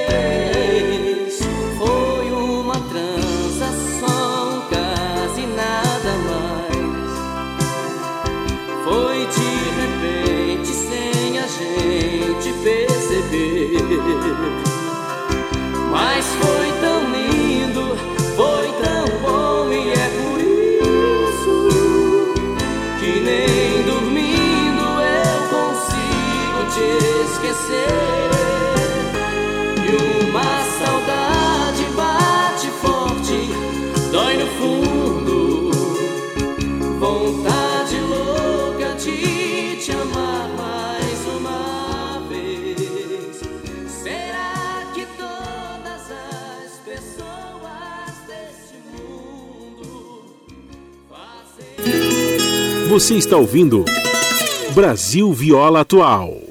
Foi uma transação, quase nada mais. Foi de repente, sem a gente perceber. Mas foi tão lindo, foi tão bom, e é por isso que nem dormindo eu consigo te esquecer. E uma saudade bate forte, dói no fundo, vontade louca de te amar mais uma vez. Será que todas as pessoas deste mundo fazem... Você está ouvindo Brasil Viola Atual.